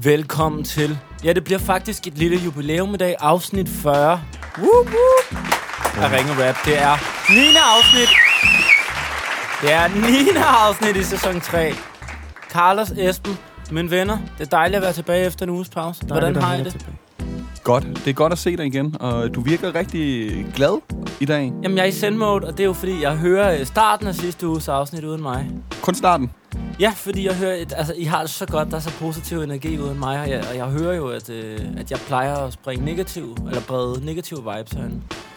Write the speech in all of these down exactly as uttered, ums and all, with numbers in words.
Velkommen til. Ja, det bliver faktisk et lille jubilæum i dag. Afsnit fyrre. Woop, woop. Af Ringe Rap. Det er niende afsnit. Det er niende afsnit i sæson tre. Carlos, Esben, mine venner. Det er dejligt at være tilbage efter en uges pause. Hvordan har I det? Godt. Det er godt at se dig igen, og du virker rigtig glad i dag. Jamen, jeg er i send-mode, og det er jo fordi, jeg hører starten af sidste uges afsnit uden mig. Kun starten? Ja, fordi jeg hører, et, altså, I har det så godt, der er så positiv energi uden mig, og jeg, og jeg hører jo, at, øh, at jeg plejer at springe negativ, eller brede negative vibes herinde.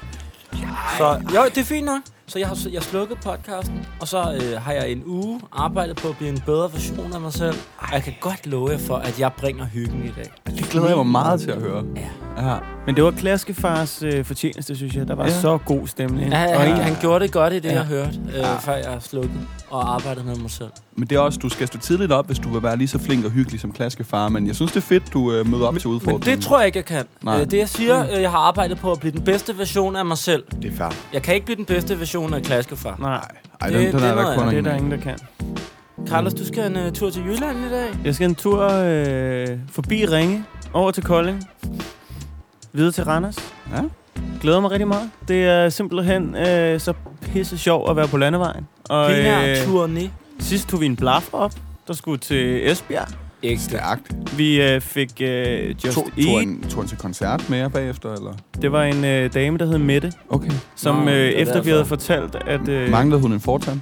Så jo, det er fint nok. Så jeg har jeg slukket podcasten, og så øh, har jeg en uge arbejdet på at blive en bedre version af mig selv. Og jeg kan godt love jer for, at jeg bringer hyggen i dag. Det glæder jeg mig meget til at høre. Ja. Ja. Men det var Klaskefars øh, fortjeneste, synes jeg. Der var ja. så god stemning. Ja, og han, ja. han gjorde det godt i det, ja. jeg hørte, øh, ja. før jeg slukkede og arbejdede med mig selv. Men det er også, du skal stå tidligt op, hvis du vil være lige så flink og hyggelig som Klaskefar. Men jeg synes, det er fedt, du øh, møder op men, til udfordringen. Men det tror jeg ikke, jeg kan. Nej. Øh, det jeg siger, øh, jeg har arbejdet på at blive den bedste version af mig selv. Det er fair. Jeg kan ikke blive den bedste version af Klaskefar. Nej. Ej, den, det, den det, er der kun det er der ingen, der kan. Carlos, du skal en uh, tur til Jylland i dag. Jeg skal en tur øh, forbi Ringe, over til Kolding, videre til Randers. Ja. Glæder mig rigtig meget. Det er simpelthen øh, så pisse sjov at være på landevejen. Og øh, turné. Sidst tog vi en blaf op, der skulle til Esbjerg. Ikke stærkt. Vi øh, fik øh, Just to, Eat. Tog en, tog en til koncert med jer bagefter, eller? Det var en øh, dame, der hed Mette. Okay. Som Nå, øh, efter derfor. vi havde fortalt, at... Øh, Manglede hun en fortand?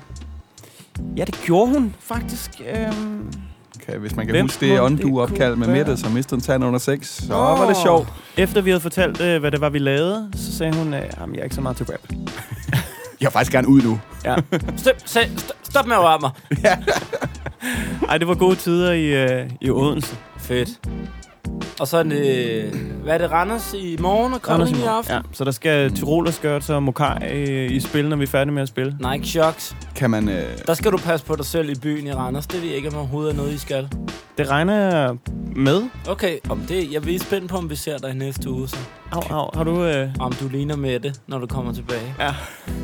Ja, det gjorde hun faktisk. Øh, Okay, hvis man kan Hvem huske det må åndue-opkald med være? Mette, som mistede en tand under sex, så Oh. var det sjovt. Efter vi havde fortalt, øh, hvad det var, vi lavede, så sagde hun, at jeg er ikke så meget til rap. Jeg vil faktisk gerne ud nu. Ja. Stop, stop, stop med at røre mig. Ja. Ej, det var gode tider i, øh, i Odense. Fedt. Og så er det, hvad er det, Randers i morgen og Kolding i aften? Ja, så der skal Tyrolerskørts og Mokai øh, i spil, når vi er færdige med at spille. Nike Shocks. Kan man... Øh... Der skal du passe på dig selv i byen i Randers. Det ved jeg ikke, om overhovedet er noget, I skal. Det regner jeg med. Okay, om det, jeg er spændt på, om vi ser dig i næste uge, så. Au, au, har du... Øh... Om du ligner med det, når du kommer tilbage. Ja.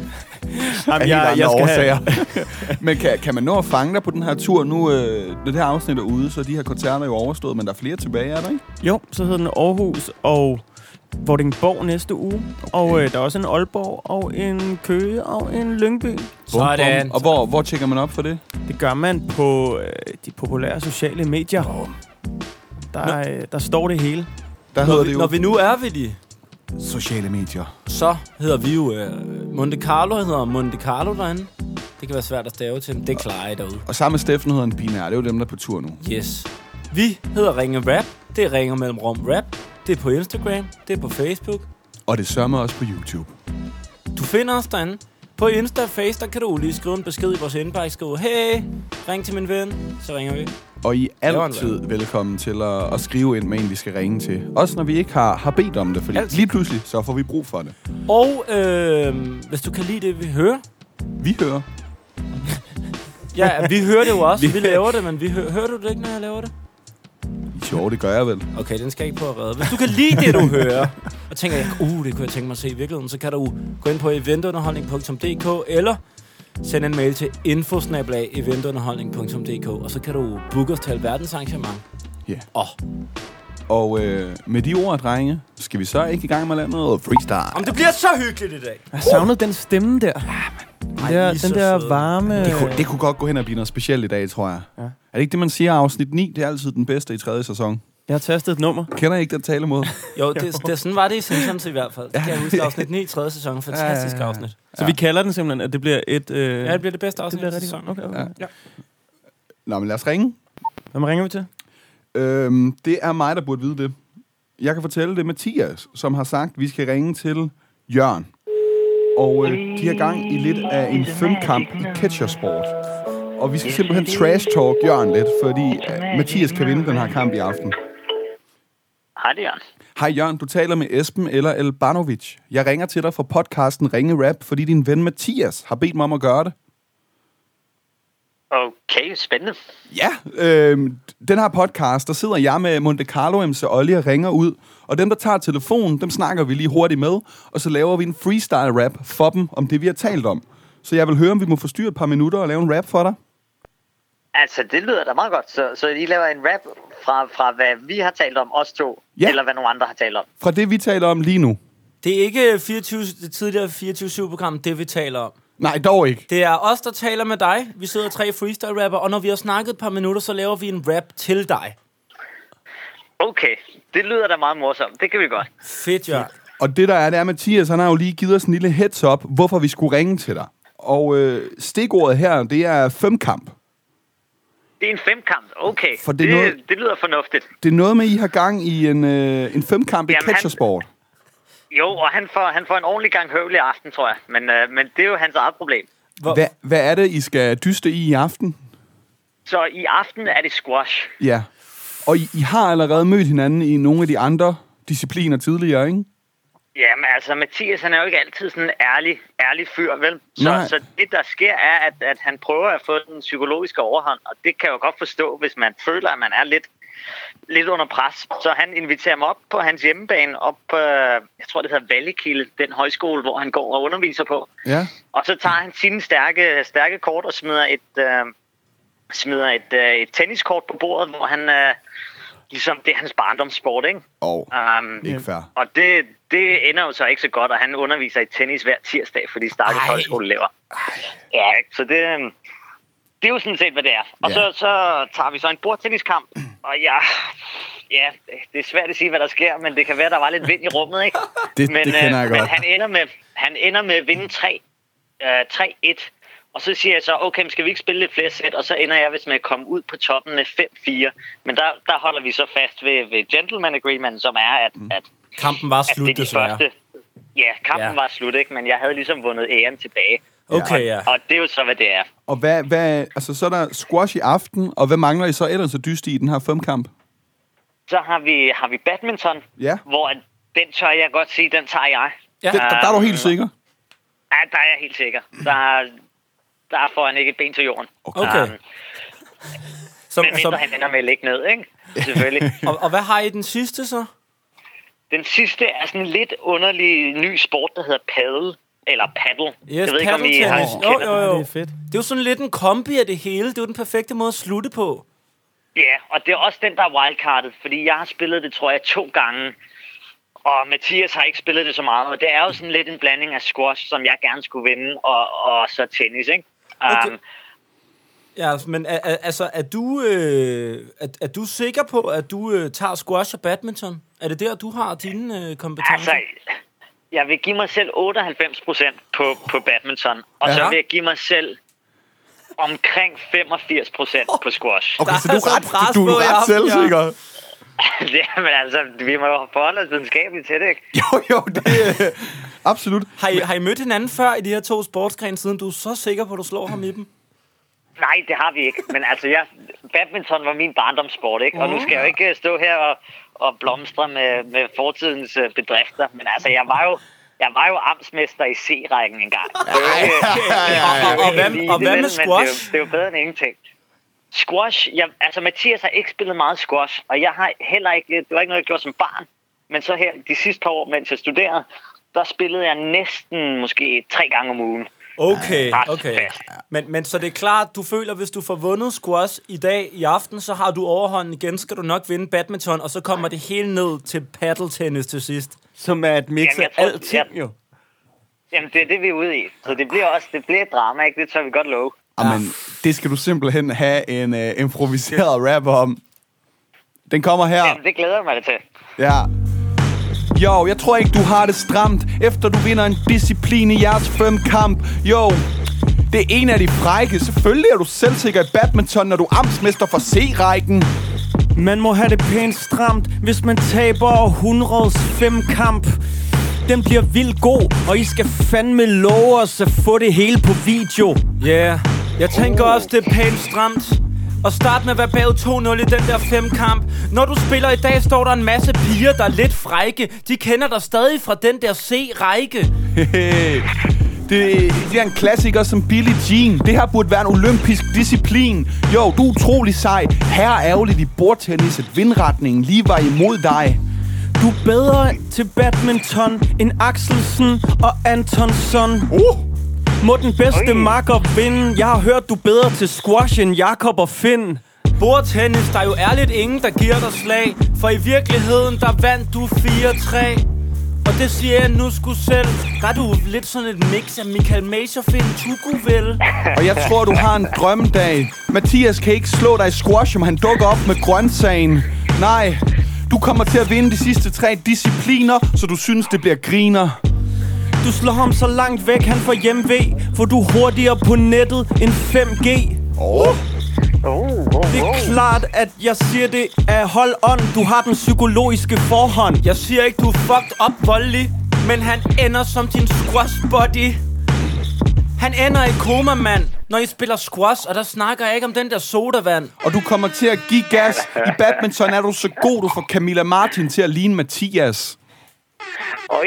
Jamen, jeg, jeg skal have... Men kan, kan man nå at fange dig på den her tur? Nu øh, det her afsnit er ude, så de her koncerter er jo overstået, men der er flere tilbage, er der ikke? Jo, så hedder den Aarhus og Vordingborg næste uge. Okay. Og øh, der er også en Aalborg og en Køge og en Lyngby. Sådan. Og hvor, hvor tjekker man op for det? Det gør man på øh, de populære sociale medier. Der, øh, der står det hele. Der Når hedder vi, det jo... når vi nu er ved de Sociale medier. så hedder vi jo uh, Monte Carlo hedder Monte Carlo derinde. Det kan være svært at stave til, men det klarer jeg derude. Og sammen med Steffen hedder en binær. Det er jo dem, der er på tur nu. Yes. Vi hedder Ringe Rap. Det er Ringer mellem Rom Rap. Det er på Instagram. Det er på Facebook. Og det sørger også på YouTube. Du finder os derinde. På Insta og Face, der kan du lige skrive en besked i vores indbakke. Skrive, hey, ring til min ven. Så ringer vi. Og I er altid velkommen til at, at skrive ind med en, vi skal ringe til. Også når vi ikke har, har bedt om det, fordi altid. Lige pludselig, så får vi brug for det. Og øh, hvis du kan lide det, vi hører. Vi hører. Ja, vi hører det jo også. Vi laver det, men vi hø- hører du det ikke, når jeg laver det? Jo, det gør jeg vel. Okay, den skal jeg ikke på at redde. Hvis du kan lide det, du hører, og tænker, uh, det kunne jeg tænke mig at se i virkeligheden, så kan du gå ind på eventunderholdning punktum d k eller send en mail til info snabel-a eventunderholdning punktum d k, og så kan du booke os til alverdens arrangement. Ja. Yeah. Oh. Og øh, med de ord, drenge, skal vi så ikke i gang med at lave noget freestyle? Om det bliver så hyggeligt i dag. Jeg savnede uh. den stemme der. Ej, der den der varme... Det kunne, det kunne godt gå hen og blive noget specielt i dag, tror jeg. Ja. Er det ikke det, man siger? Afsnit ni, det er altid den bedste i tredje sæson. Jeg har tastet et nummer. Kender I ikke den talemåde? Jo, det, det, sådan var det i Simpsons i hvert fald. Det kan jeg huske, afsnit ni, tredje sæson. Fantastisk ja, ja, ja. afsnit. Så ja. Vi kalder den simpelthen, at det bliver et... Øh... Ja, det bliver det bedste afsnit af sæson. Okay, okay. Ja. Ja. Nå, men lad os ringe. Hvem ringer vi til? Øhm, det er mig, der burde vide det. Jeg kan fortælle det Mathias, som har sagt, at vi skal ringe til Jørgen. Og øh, de har gang i lidt af en femkamp i catchersport. Og vi skal simpelthen trash-talk Jørgen lidt, fordi øh, Mathias kan vinde den her kamp i aften. Hej, det er Jørgen. Hej Jørgen, du taler med Esben eller Elbanovic. Jeg ringer til dig fra podcasten Ringe Rap, fordi din ven Mathias har bedt mig om at gøre det. Okay, spændende. Ja, øh, den her podcast, der sidder jeg med Monte Carlo M C Olli og ringer ud. Og dem, der tager telefonen, dem snakker vi lige hurtigt med. Og så laver vi en freestyle rap for dem om det, vi har talt om. Så jeg vil høre, om vi må forstyrre et par minutter og lave en rap for dig. Altså, det lyder da meget godt. Så, så I laver en rap fra, fra hvad vi har talt om, os to, Ja. eller hvad nogle andre har talt om. Fra det, vi taler om lige nu. Det er ikke fireogtyve, det tidligere fireogtyve syv-program, det vi taler om. Nej, dog ikke. Det er os, der taler med dig. Vi sidder tre freestyle-rapper, og når vi har snakket et par minutter, så laver vi en rap til dig. Okay, det lyder da meget morsomt. Det kan vi godt. Fedt, Jørgen. Og det der er, det er, Mathias, han har jo lige givet os en lille heads up, hvorfor vi skulle ringe til dig. Og øh, stikordet her, det er femkamp. Det er en femkamp. Okay, For det det, er det, noget- det lyder fornuftigt. Det er noget med, I har gang i en, øh, en femkamp i Jamen, han- catchersport. Jo, og han får, han får en ordentlig gang høvl i aften, tror jeg. Men, øh, men det er jo hans eget problem. Hvor, Hvad, hvad er det, I skal dyste i i aften? Så i aften er det squash. Ja. Og I, I har allerede mødt hinanden i nogle af de andre discipliner tidligere, ikke? Jamen altså, Mathias, han er jo ikke altid sådan en ærlig, ærlig fyr, vel? Så, Nej. så det, der sker, er, at, at han prøver at få den psykologiske overhånd, og det kan jeg jo godt forstå, hvis man føler, at man er lidt, lidt under pres. Så han inviterer mig op på hans hjemmebane, op på, jeg tror, det hedder Vallekilde, den højskole, hvor han går og underviser på. Ja. Og så tager han sine stærke, stærke kort og smider et, øh, smider et, øh, et tenniskort på bordet, hvor han... Øh, ligesom det er hans barndomssport, ikke? Og Um, ikke fair. og det, det ender jo så ikke så godt, og han underviser i tennis hver tirsdag for de stakkels højskoleelever. Ja, ikke? Så det, øhm, det er jo sådan set, hvad det er. Og Ja. så, så tager vi så en bordtenniskamp, og ja, ja, det er svært at sige, hvad der sker, men det kan være, der var lidt vind i rummet, ikke? Det- men, det kender jeg øh, men godt. han ender med, han ender med at vinde tre et. Og så siger jeg så, okay, men skal vi ikke spille lidt flere sæt? Og så ender jeg vist med at komme ud på toppen med fem fire. Men der, der holder vi så fast ved, ved gentleman agreement, som er, at, at, kampen var at slut, det er de desværre. første... Ja, kampen Ja. ja. var slut, ikke? Men jeg havde ligesom vundet æren tilbage. Okay, ja. Og det er jo så, hvad det er. Og hvad, hvad, altså, så er der squash i aften, og hvad mangler I så ellers at dyste i den her femkamp? Så har vi, har vi badminton, Ja. hvor den tør jeg godt sige, den tager jeg. Ja. Det, der, der er du helt sikker? Ja, der er jeg helt sikker. Der, der får han ikke et ben til jorden. Okay. Um, Som, men som, mindre han ender med at ligge ned, ikke? Selvfølgelig. og, og hvad har I den sidste så? Den sidste er sådan en lidt underlig ny sport, der hedder paddle. Eller paddle. Yes, jeg ved ikke, om I har paddeltennis. Jo, kender jo, den. jo. Det er fedt. Det er jo sådan lidt en kombi af det hele. Det er jo den perfekte måde at slutte på. Ja, og det er også den, der er wildcardet. Fordi jeg har spillet det, tror jeg, to gange. Og Mathias har ikke spillet det så meget. Og det er jo sådan lidt en blanding af squash, som jeg gerne skulle vinde, og, og så tennis, ikke? Okay. Um, Ja, men er, er, altså, er du, øh, er, er du sikker på, at du øh, tager squash og badminton? Er det der, du har dine øh, kompetencer? altså, jeg vil give mig selv otteoghalvfems procent på, på badminton. Og så Aha. vil jeg give mig selv omkring femogfirs procent på squash. Okay, Der så du er er så ret, pres du på er i ret aften, ja. selvsikker. Ja, men altså, vi må jo forholde os videnskabeligt til det, ikke? Jo, jo, det er absolut. Har I, har I mødt hinanden før i de her to sportsgrene, siden du er så sikker på, at du slår ham i dem? Nej, det har vi ikke. Men altså, jeg, badminton var min barndomssport, ikke? Og nu skal jeg jo ikke stå her og, og blomstre med, med fortidens øh, bedrifter. Men altså, jeg var jo, jeg var jo amtsmester i C-rækken engang. Det er jo ikke- Og, og, hvad, og hvad med men det er, squash? jo, det er jo bedre end ingenting. Squash, jeg, altså Mathias har ikke spillet meget squash, og jeg har heller ikke, det var ikke noget, jeg gjorde som barn. Men så her, de sidste par år, mens jeg studerede, der spillede jeg næsten måske tre gange om ugen. Okay, Ret okay. fast. Men, men så det er klart, du føler, hvis du får vundet squash i dag i aften, så har du overhånden igen, skal du nok vinde badminton, og så kommer det hele ned til paddeltennis til sidst. Som er et mix Jamen, af jeg tror, alting, jeg- jo. Jamen, det er det, vi er ude i. Så det bliver også, det bliver et drama, ikke? Det tør vi godt love. Jamen, det skal du simpelthen have en uh, improviseret rap om. Den kommer her. Jamen, det glæder jeg mig da til. Ja. Jo, jeg tror ikke, du har det stramt, efter du vinder en disciplin i jeres femkamp. Jo, det er en af de frække. Selvfølgelig er du selvsikker i badminton, når du er amtsmester for C-rækken. Man må have det pænt stramt, hvis man taber århundredes femkamp. Den bliver vildt god, og I skal fandme love os at få det hele på video. Ja, yeah. Jeg tænker også, det er pænt stramt. Og start med at være bagud to nul i den der femkamp. Når du spiller i dag, står der en masse piger, der er lidt frække. De kender dig stadig fra den der C-række. Det, det er en klassiker som Billie Jean. Det her burde være en olympisk disciplin. Jo, du er utrolig sej. Her er ærgerligt i bordtennis, at vindretningen lige var imod dig. Du er bedre til badminton end Axelsen og Antonsson. Uh! Må den bedste Oj. makker vinde. Jeg har hørt, du er bedre til squash end Jakob og Finn. Bordtennis, der er jo ærligt ingen, der giver dig slag. For i virkeligheden, der vandt du fire tre. Og det siger jeg nu sgu selv. Der er du lidt sådan et mix af Michael Mays og Finn Tugu, vel? Og jeg tror, du har en drømmedag. Mathias kan ikke slå dig i squash, om han dukker op med grøntsagen. Nej, du kommer til at vinde de sidste tre discipliner, så du synes, det bliver griner. Du slår ham så langt væk, han får hjemve. For du er hurtigere på nettet end fem G. Åh. Oh. Oh, oh, oh. Det er klart, at jeg siger det af hold on. Du har den psykologiske forhånd. Jeg siger ikke, du er fucked up voldelig, men han ender som din squash buddy. Han ender i koma, mand, når I spiller squash, og der snakker jeg ikke om den der sodavand. Og du kommer til at give gas. I badminton er du så god, du får Camilla Martin til at ligne Mathias. Oj.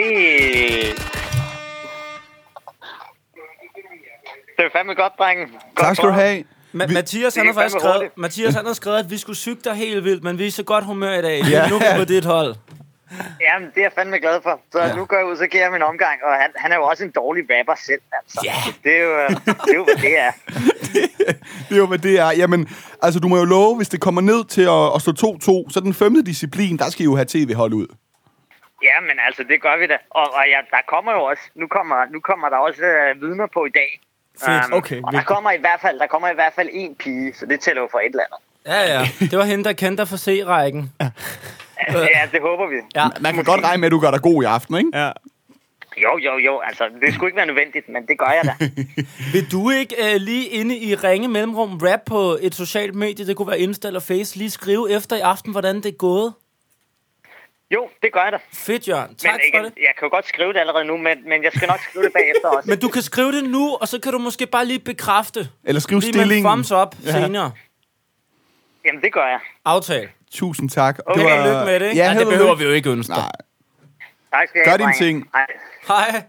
Det er fandme godt, drenge. Godt Tak skal du have. Ma- Vi- Mathias, han har Det er faktisk fandme skrevet, Mathias, han har skrevet, at vi skulle syge dig helt vildt, men vi er så godt humør i dag. Ja. Nu er vi på dit hold. Jamen, det er jeg fandme glad for. Så ja. Nu går jeg ud, så giver jeg min omgang. Og han, han er jo også en dårlig rapper selv, altså. Ja. Så det er jo, det er jo hvad det er. Det er jo, hvad det er. Jamen, altså, du må jo love, hvis det kommer ned til at, at stå to to, så den femte disciplin, der skal I jo have tv-hold ud. Ja, men altså, det gør vi da. Og, og ja, der kommer jo også, nu kommer, nu kommer der også øh, vidner på i dag. Fedt. Um, Okay, og der kommer i hvert fald, der kommer i hvert fald en pige, så det tæller jo for et eller andet. Ja, ja. Det var hende, der kendte dig for C-rækken. Ja, ja, det håber vi. Ja. Man kan godt regne med, at du gør dig god i aften, ikke? Ja. Jo, jo, jo, altså, det skulle ikke være nødvendigt, men det gør jeg da. Vil du ikke uh, lige inde i ringe mellemrum rap på et socialt medie, det kunne være Insta eller Face, lige skrive efter i aften, hvordan det er gået? Jo, det gør jeg da. Fedt, Jørgen. Men Tak ikke, for det. jeg kan jo godt skrive det allerede nu, men, men jeg skal nok skrive det bagefter også. Men du kan skrive det nu, og så kan du måske bare lige bekræfte. Eller skriv Lige med en stillingen. thumbs up ja. senere. Jamen, det gør jeg. Aftale. Tusind tak. Okay, Var... Lykke med det, ikke? Ja, Ja, det held og behøver lykke. vi jo ikke ønske. Nej. Tak skal jeg Gør have, dine drenge. ting. Hej. Hej.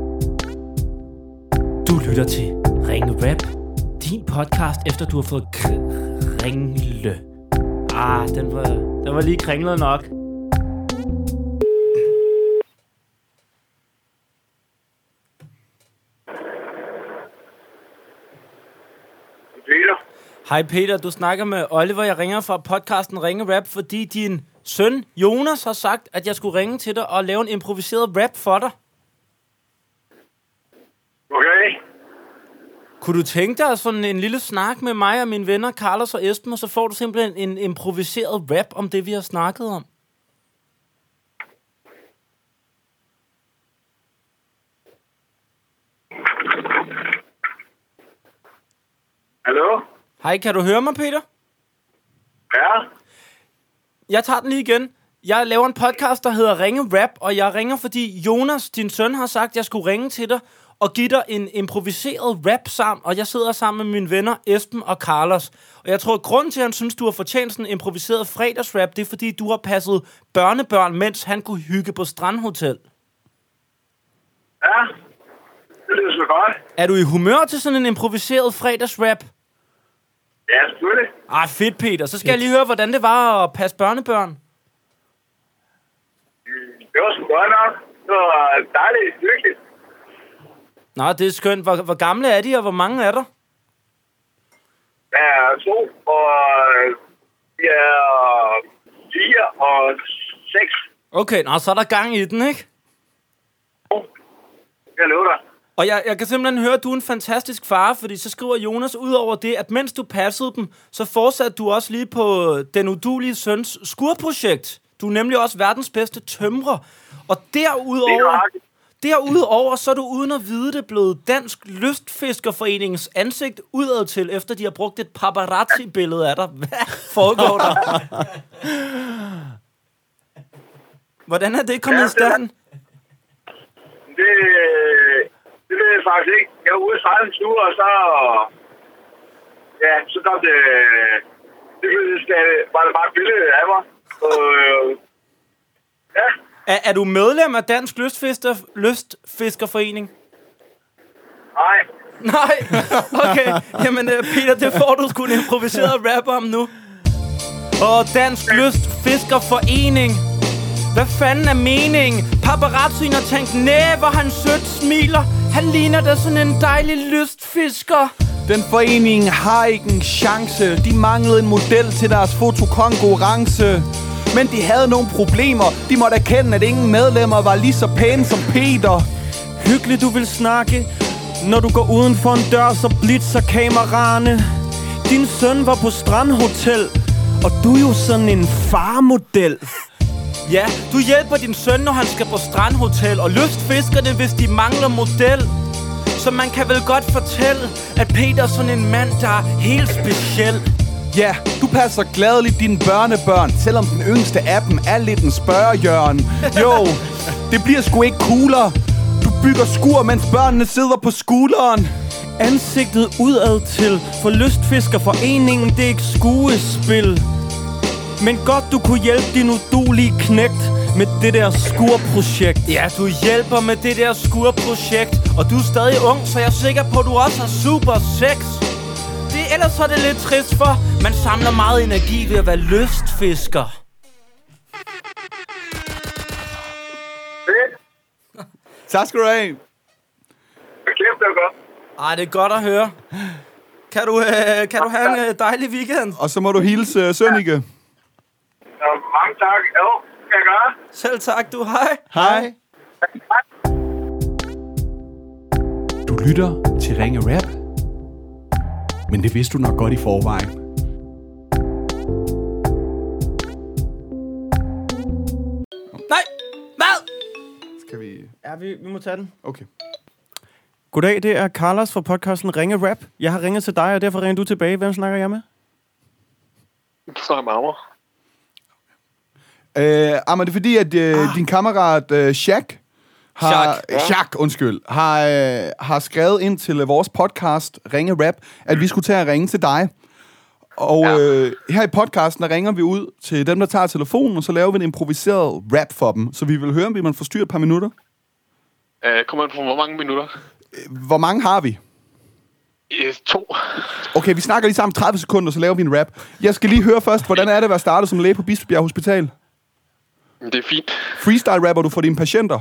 Du lytter til Ringe Rap. Din podcast, efter du har fået kringle. Ah, den var, den var lige kringlet nok. Peter. Hej Peter, du snakker med Oliver. Jeg ringer fra podcasten Ringe Rap, fordi din søn Jonas har sagt, at jeg skulle ringe til dig og lave en improviseret rap for dig. Okay. Kunne du tænke dig sådan en lille snak med mig og mine venner, Carlos og Esben, og så får du simpelthen en improviseret rap om det, vi har snakket om? Hallo? Hej, kan du høre mig, Peter? Ja? Jeg tager den lige igen. Jeg laver en podcast, der hedder Ringe Rap, og jeg ringer, fordi Jonas, din søn, har sagt, at jeg skulle ringe til dig og give dig en improviseret rap sammen, og jeg sidder sammen med mine venner Esben og Carlos. Og jeg tror, at grunden til, at han synes, du har fortjent sådan en improviseret fredagsrap, det er, fordi du har passet børnebørn, mens han kunne hygge på Strandhotel. Ja? Det lyder så godt. Er du i humør til sådan en improviseret fredagsrap? Ja, selvfølgelig. Ah, fedt, Peter. Så skal jeg lige høre, hvordan det var at passe børnebørn. Det var sgu godt nok. Det var dejligt, hyggeligt. Nå, det er skønt. Hvor, hvor gamle er de, og hvor mange er der? Der er to, og de er fire og seks. Okay, nå, så er der gang i den, ikke? Jeg lover dig. Og jeg, jeg kan simpelthen høre, at du er en fantastisk far, fordi så skriver Jonas ud over det, at mens du passede dem, så fortsatte du også lige på den udulige søns skurprojekt. Du er nemlig også verdens bedste tømrer. Og derudover, derudover så er du uden at vide det blevet Dansk Lystfiskerforeningens ansigt udad til, efter de har brugt et paparazzi-billede af dig. Hvad foregår der? Hvordan er det kommet i stand? Det, det ved jeg faktisk ikke. Jeg var ude og sejle en tur, og så... Ja, så kom det... Det var det bare et billede af mig. Og, ja. Er, er du medlem af Dansk Lystfisker, Lystfiskerforening? Nej. Nej, okay. Jamen, Peter, det får du sgu en improviseret rap om nu. Og Dansk Lystfiskerforening. Hvad fanden er meningen? Paparazzien har tænkt, næh, hvor han sødt smiler. Han ligner da sådan en dejlig lystfisker. Den forening har ikke en chance. De manglede en model til deres fotokonkurrence. Men de havde nogle problemer. De måtte erkende, at ingen medlemmer var lige så pæne som Peter. Hyggeligt du vil snakke. Når du går uden for en dør, så blitzer kameraerne. Din søn var på strandhotel, og du er jo sådan en farmodel. Ja, du hjælper din søn, når han skal på strandhotel, og lystfiskerne, hvis de mangler model. Så man kan vel godt fortælle, at Peter er sådan en mand, der er helt speciel. Ja, du passer gladeligt dine børnebørn, selvom den yngste af dem er lidt en spørgejørn. Jo, det bliver sgu ikke coolere. Du bygger skur, mens børnene sidder på skulderen. Ansigtet udad til, for lystfiskerforeningen, det er ikke skuespil. Men godt du kunne hjælpe din udulige knægt med det der skurprojekt. Ja, du hjælper med det der skurprojekt, og du er stadig ung, så jeg er sikker på, at du også har super sex. Det, ellers er det lidt trist, for man samler meget energi ved at være lystfisker. Tak skal du have. Kæft, det er godt. Ej, det er godt at høre. Kan du, øh, kan du have en øh, dejlig weekend? Og så må du hilse uh, Sønneke. Ja, mange tak. Jo, kan jeg gøre? Selv tak, du. Hej. Hej. Du lytter til Ringe Rap. Men det vidste du nok godt i forvejen. Nej, hvad? Skal vi... Ja, vi, vi må tage den. Okay. Goddag, det er Carlos fra podcasten Ringe Rap. Jeg har ringet til dig, og derfor ringer du tilbage. Hvem snakker jeg med? Du snakker med Ammer. Øh, Ammer, det er fordi, at øh, ah. din kammerat øh, Shaq har... Shaq. Ja. Shaq, undskyld. Har, øh, har skrevet ind til øh, vores podcast Ringe Rap, at vi skulle tage at ringe til dig. Og ja. øh, her i podcasten, der ringer vi ud til dem, der tager telefonen, og så laver vi en improviseret rap for dem. Så vi vil høre, om vi man forstyrre et par minutter. Øh, kommer an på, hvor mange minutter? Hvor mange har vi? Øh, to. Okay, vi snakker lige sammen tredive sekunder, så laver vi en rap. Jeg skal lige høre først, hvordan er det at være startet som læge på Bispebjerg Hospital? Det er fint. Freestyle rapper du for dine patienter?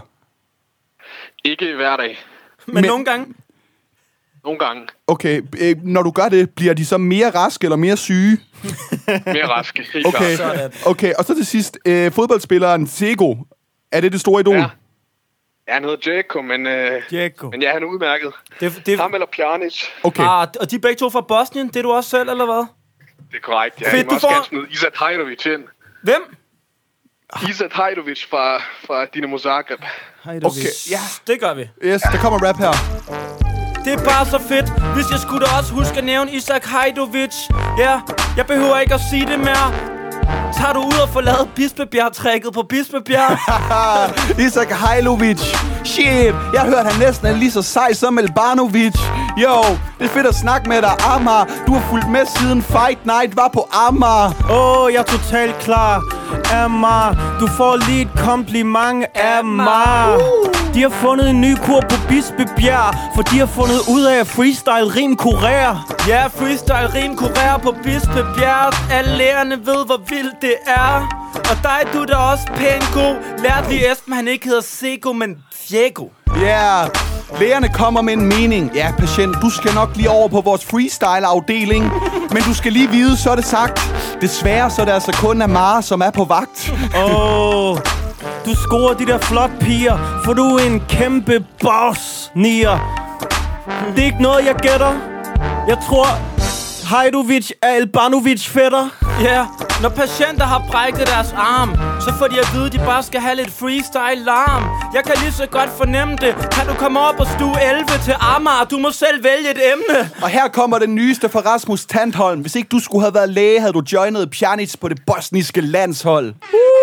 Ikke hver dag. Men, Men nogle gange... Nogle gange. Okay, øh, når du gør det, bliver de så mere raske eller mere syge? Mere raske, helt Okay, klart. okay, og så til sidst, øh, fodboldspilleren Sego. Er det det store idol? Ja. Ja, han hedder Jaco, men, øh, Jaco. men ja, han er udmærket. Det, det, Ham eller Pjanic. Okay. ah, og de er begge to fra Bosnien. Det er du også selv, eller hvad? Det er korrekt, ja. Fedt, Jeg må du også får- gerne smide Izat Hajdovic ind. Hvem? Izat Hajdovic fra, fra Dinamo Zagreb. Hej, Okay, ja. Det gør vi. Yes, der kommer rap her. Det er bare så fedt. Hvis jeg skulle da også huske at nævne Isak Hajdovic. Ja, jeg behøver ikke at sige det mere. Tager du ud og får lavet Bispebjerg-trækket på Bispebjerg? Isak Hajlovic. Shit, jeg har hørt, han næsten er lige så sej som Elbanovic. Jo, det er fedt at snakke med dig, Amager. Du har fulgt med siden Fight Night var på Amager. Åh, oh, jeg er totalt klar. Amager, du får lige et kompliment af mig. De har fundet en ny kur på Bispebjerg, for de har fundet ud af, at freestyle rim kurerer. Ja, freestyle rim kurerer på Bispebjerg. Alle lærerne ved, hvor vildt det er. Og dig, du er da også pæn god. Lærte lige Esben, han ikke hedder Sego, men Diego. Ja, yeah. Lægerne kommer med en mening. Ja, patient, du skal nok lige over på vores freestyle-afdeling. Men du skal lige vide, så er det sagt. Desværre så er det altså kun Amar, som er på vagt. Åh, oh, du scorer de der flot piger, for du er en kæmpe boss, nier. Det er ikke noget, jeg gætter. Jeg tror, Hajdovic er Elbanovic fætter. Ja, når patienter har brækket deres arm, så får de at vide, at de bare skal have lidt freestyle larm. Jeg kan lige så godt fornemme det. Kan du komme op og stue elleve til Amager? Du må selv vælge et emne. Og her kommer den nyeste fra Rasmus Tandholm. Hvis ikke du skulle have været læge, havde du joinet Pjanic på det bosniske landshold.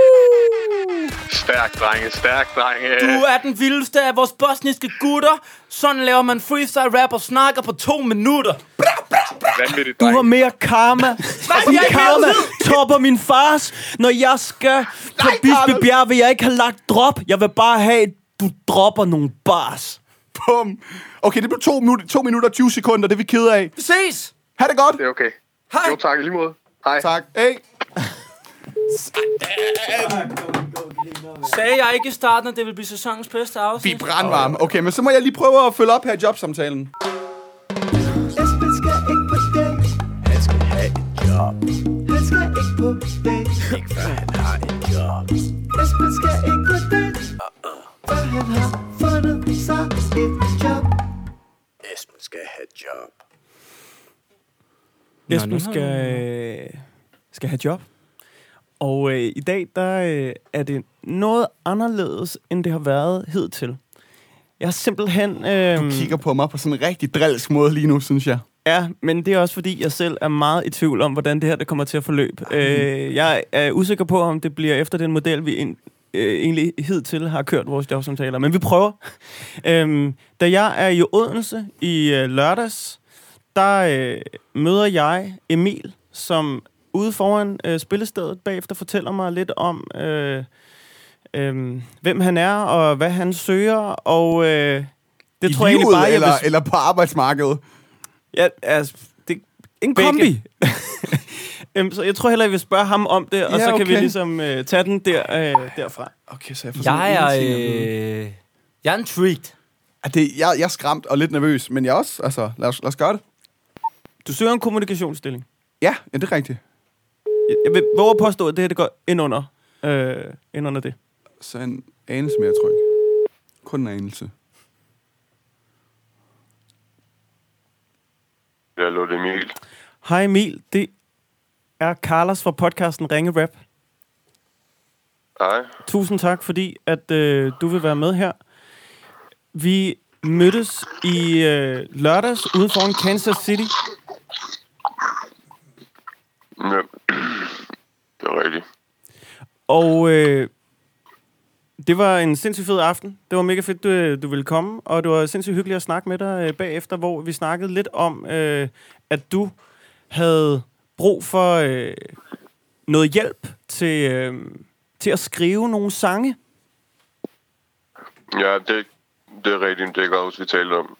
Stærk, drenge. Stærk, drenge. Du er den vildeste af vores bosniske gutter. Sådan laver man freestyle rap og snakker på to minutter. Vanvittigt, Du har drenge. mere karma. Nej, Din jeg er ikke karma mere topper min fars. Når jeg skal på Bispebjerg, vil jeg ikke have lagt drop. Jeg vil bare have, at du dropper nogle bars. Bum. Okay, det blev to, minutter, to minutter og tyve sekunder. Det er vi kede af. Vi ses. Ha' det godt. Det er okay. Hej. Jo, tak i lige måde. Hej. Tak. Hey. Sagde jeg ikke i starten, at det ville blive sæsonens bedste afsnit? Vi er brandvarme. Okay, men så må jeg lige prøve at følge op her i jobsamtalen. Esben skal job. Han skal ikke på date, ikke før han har et job. Esben skal ikke på date, før han har fundet sig et job. Esben skal have et job. Esben skal, skal have job. Og øh, i dag, der øh, er det noget anderledes, end det har været hidtil. Jeg har simpelthen... Øh, Du kigger på mig på sådan en rigtig drilsk måde lige nu, synes jeg. Ja, men det er også fordi, jeg selv er meget i tvivl om, hvordan det her det kommer til at forløbe. Mm. Øh, jeg er usikker på, om det bliver efter den model, vi ind, øh, egentlig hidtil har kørt vores jobsamtaler. Men vi prøver. øh, da jeg er i Odense i øh, lørdags, der øh, møder jeg Emil, som ude foran øh, spillestedet bagefter fortæller mig lidt om, øh, øh, hvem han er og hvad han søger. Og øh, det I tror jeg egentlig bare, eller, jeg vil... eller på arbejdsmarkedet? Ja, altså, det en begge. Kombi. um, så jeg tror heller, jeg vil spørge ham om det, og ja, så kan okay. vi ligesom uh, tage den der, uh, derfra. Okay, så jeg får Jeg er, øh, jeg er intrigued. Det, jeg, jeg er skræmt og lidt nervøs, men jeg også, altså, lad os, lad os gøre det. Du søger en kommunikationsstilling. Ja, ja, det er rigtigt. Jeg, jeg vil våge at påstå, at det her det går ind under, øh, ind under det. Så en anelse mere tryg. Kun en anelse. Hallo, det er Emil. Hej Emil, det er Carlos fra podcasten Ringe Rap. Hej. Tusind tak, fordi at øh, du vil være med her. Vi mødtes i øh, lørdags ude foran Kansas City. Ja, det er rigtigt. Og øh, det var en sindssygt fed aften. Det var mega fedt, du, du ville komme. Og det var sindssygt hyggeligt at snakke med dig øh, bagefter, hvor vi snakkede lidt om, øh, at du havde brug for øh, noget hjælp til, øh, til at skrive nogle sange. Ja, det, det er rigtigt. Det er godt, vi talte om.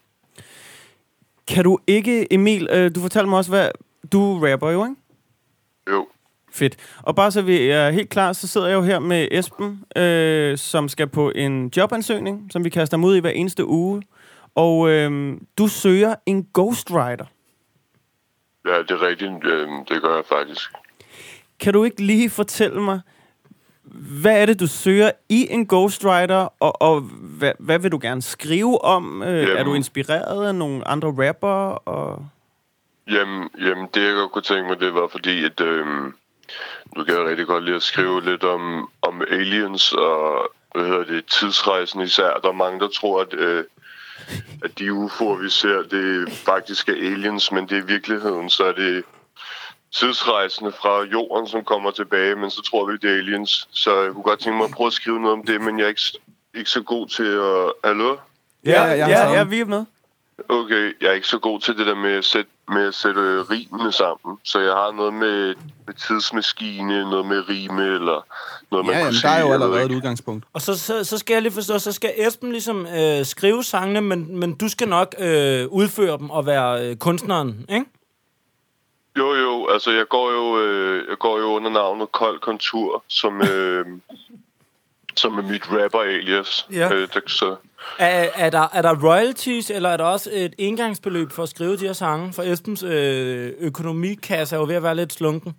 Kan du ikke, Emil, øh, du fortalte mig også, hvad du rapper jo, ikke? Jo. Fedt. Og bare så vi er helt klar, så sidder jeg jo her med Esben, øh, som skal på en jobansøgning, som vi kaster mod i hver eneste uge. Og øh, du søger en ghostwriter. Ja, det er rigtigt. Det gør jeg faktisk. Kan du ikke lige fortælle mig, hvad er det, du søger i en ghostwriter, og, og hvad, hvad vil du gerne skrive om? Øh, er du inspireret af nogle andre rappere? Og... Jamen, jamen, det jeg godt kunne tænke mig, det var fordi, at øh, nu kan jeg rigtig godt lide at skrive lidt om, om aliens og hvad hedder det, tidsrejsen især. Der er mange, der tror, at, øh, at de U F O'er, vi ser, det faktisk er aliens, men det er i virkeligheden, så er det tidsrejsende fra jorden, som kommer tilbage, men så tror vi, det er aliens. Så jeg kunne godt tænke mig at prøve at skrive noget om det, men jeg er ikke, ikke så god til at... Hallo? Ja, ja, ja, ja, vi er med. Okay, jeg er ikke så god til det der med at sætte, med at sætte rimene sammen. Så jeg har noget med, med tidsmaskine, noget med rime, eller noget, man ja, kunne jamen, sige. der er jo allerede et udgangspunkt. Og så, så, så skal jeg lige forstå, så skal Esben ligesom øh, skrive sangene, men, men du skal nok øh, udføre dem og være øh, kunstneren, ikke? Jo, jo, altså jeg går jo, øh, jeg går jo under navnet Kold Kontur, som, øh, som er mit rapper-alias. Ja. Øh, der, så... Er, er, der, er der royalties, eller er der også et engangsbeløb for at skrive de her sange? For Esbens øh, økonomikasse er jo ved at være lidt slunken.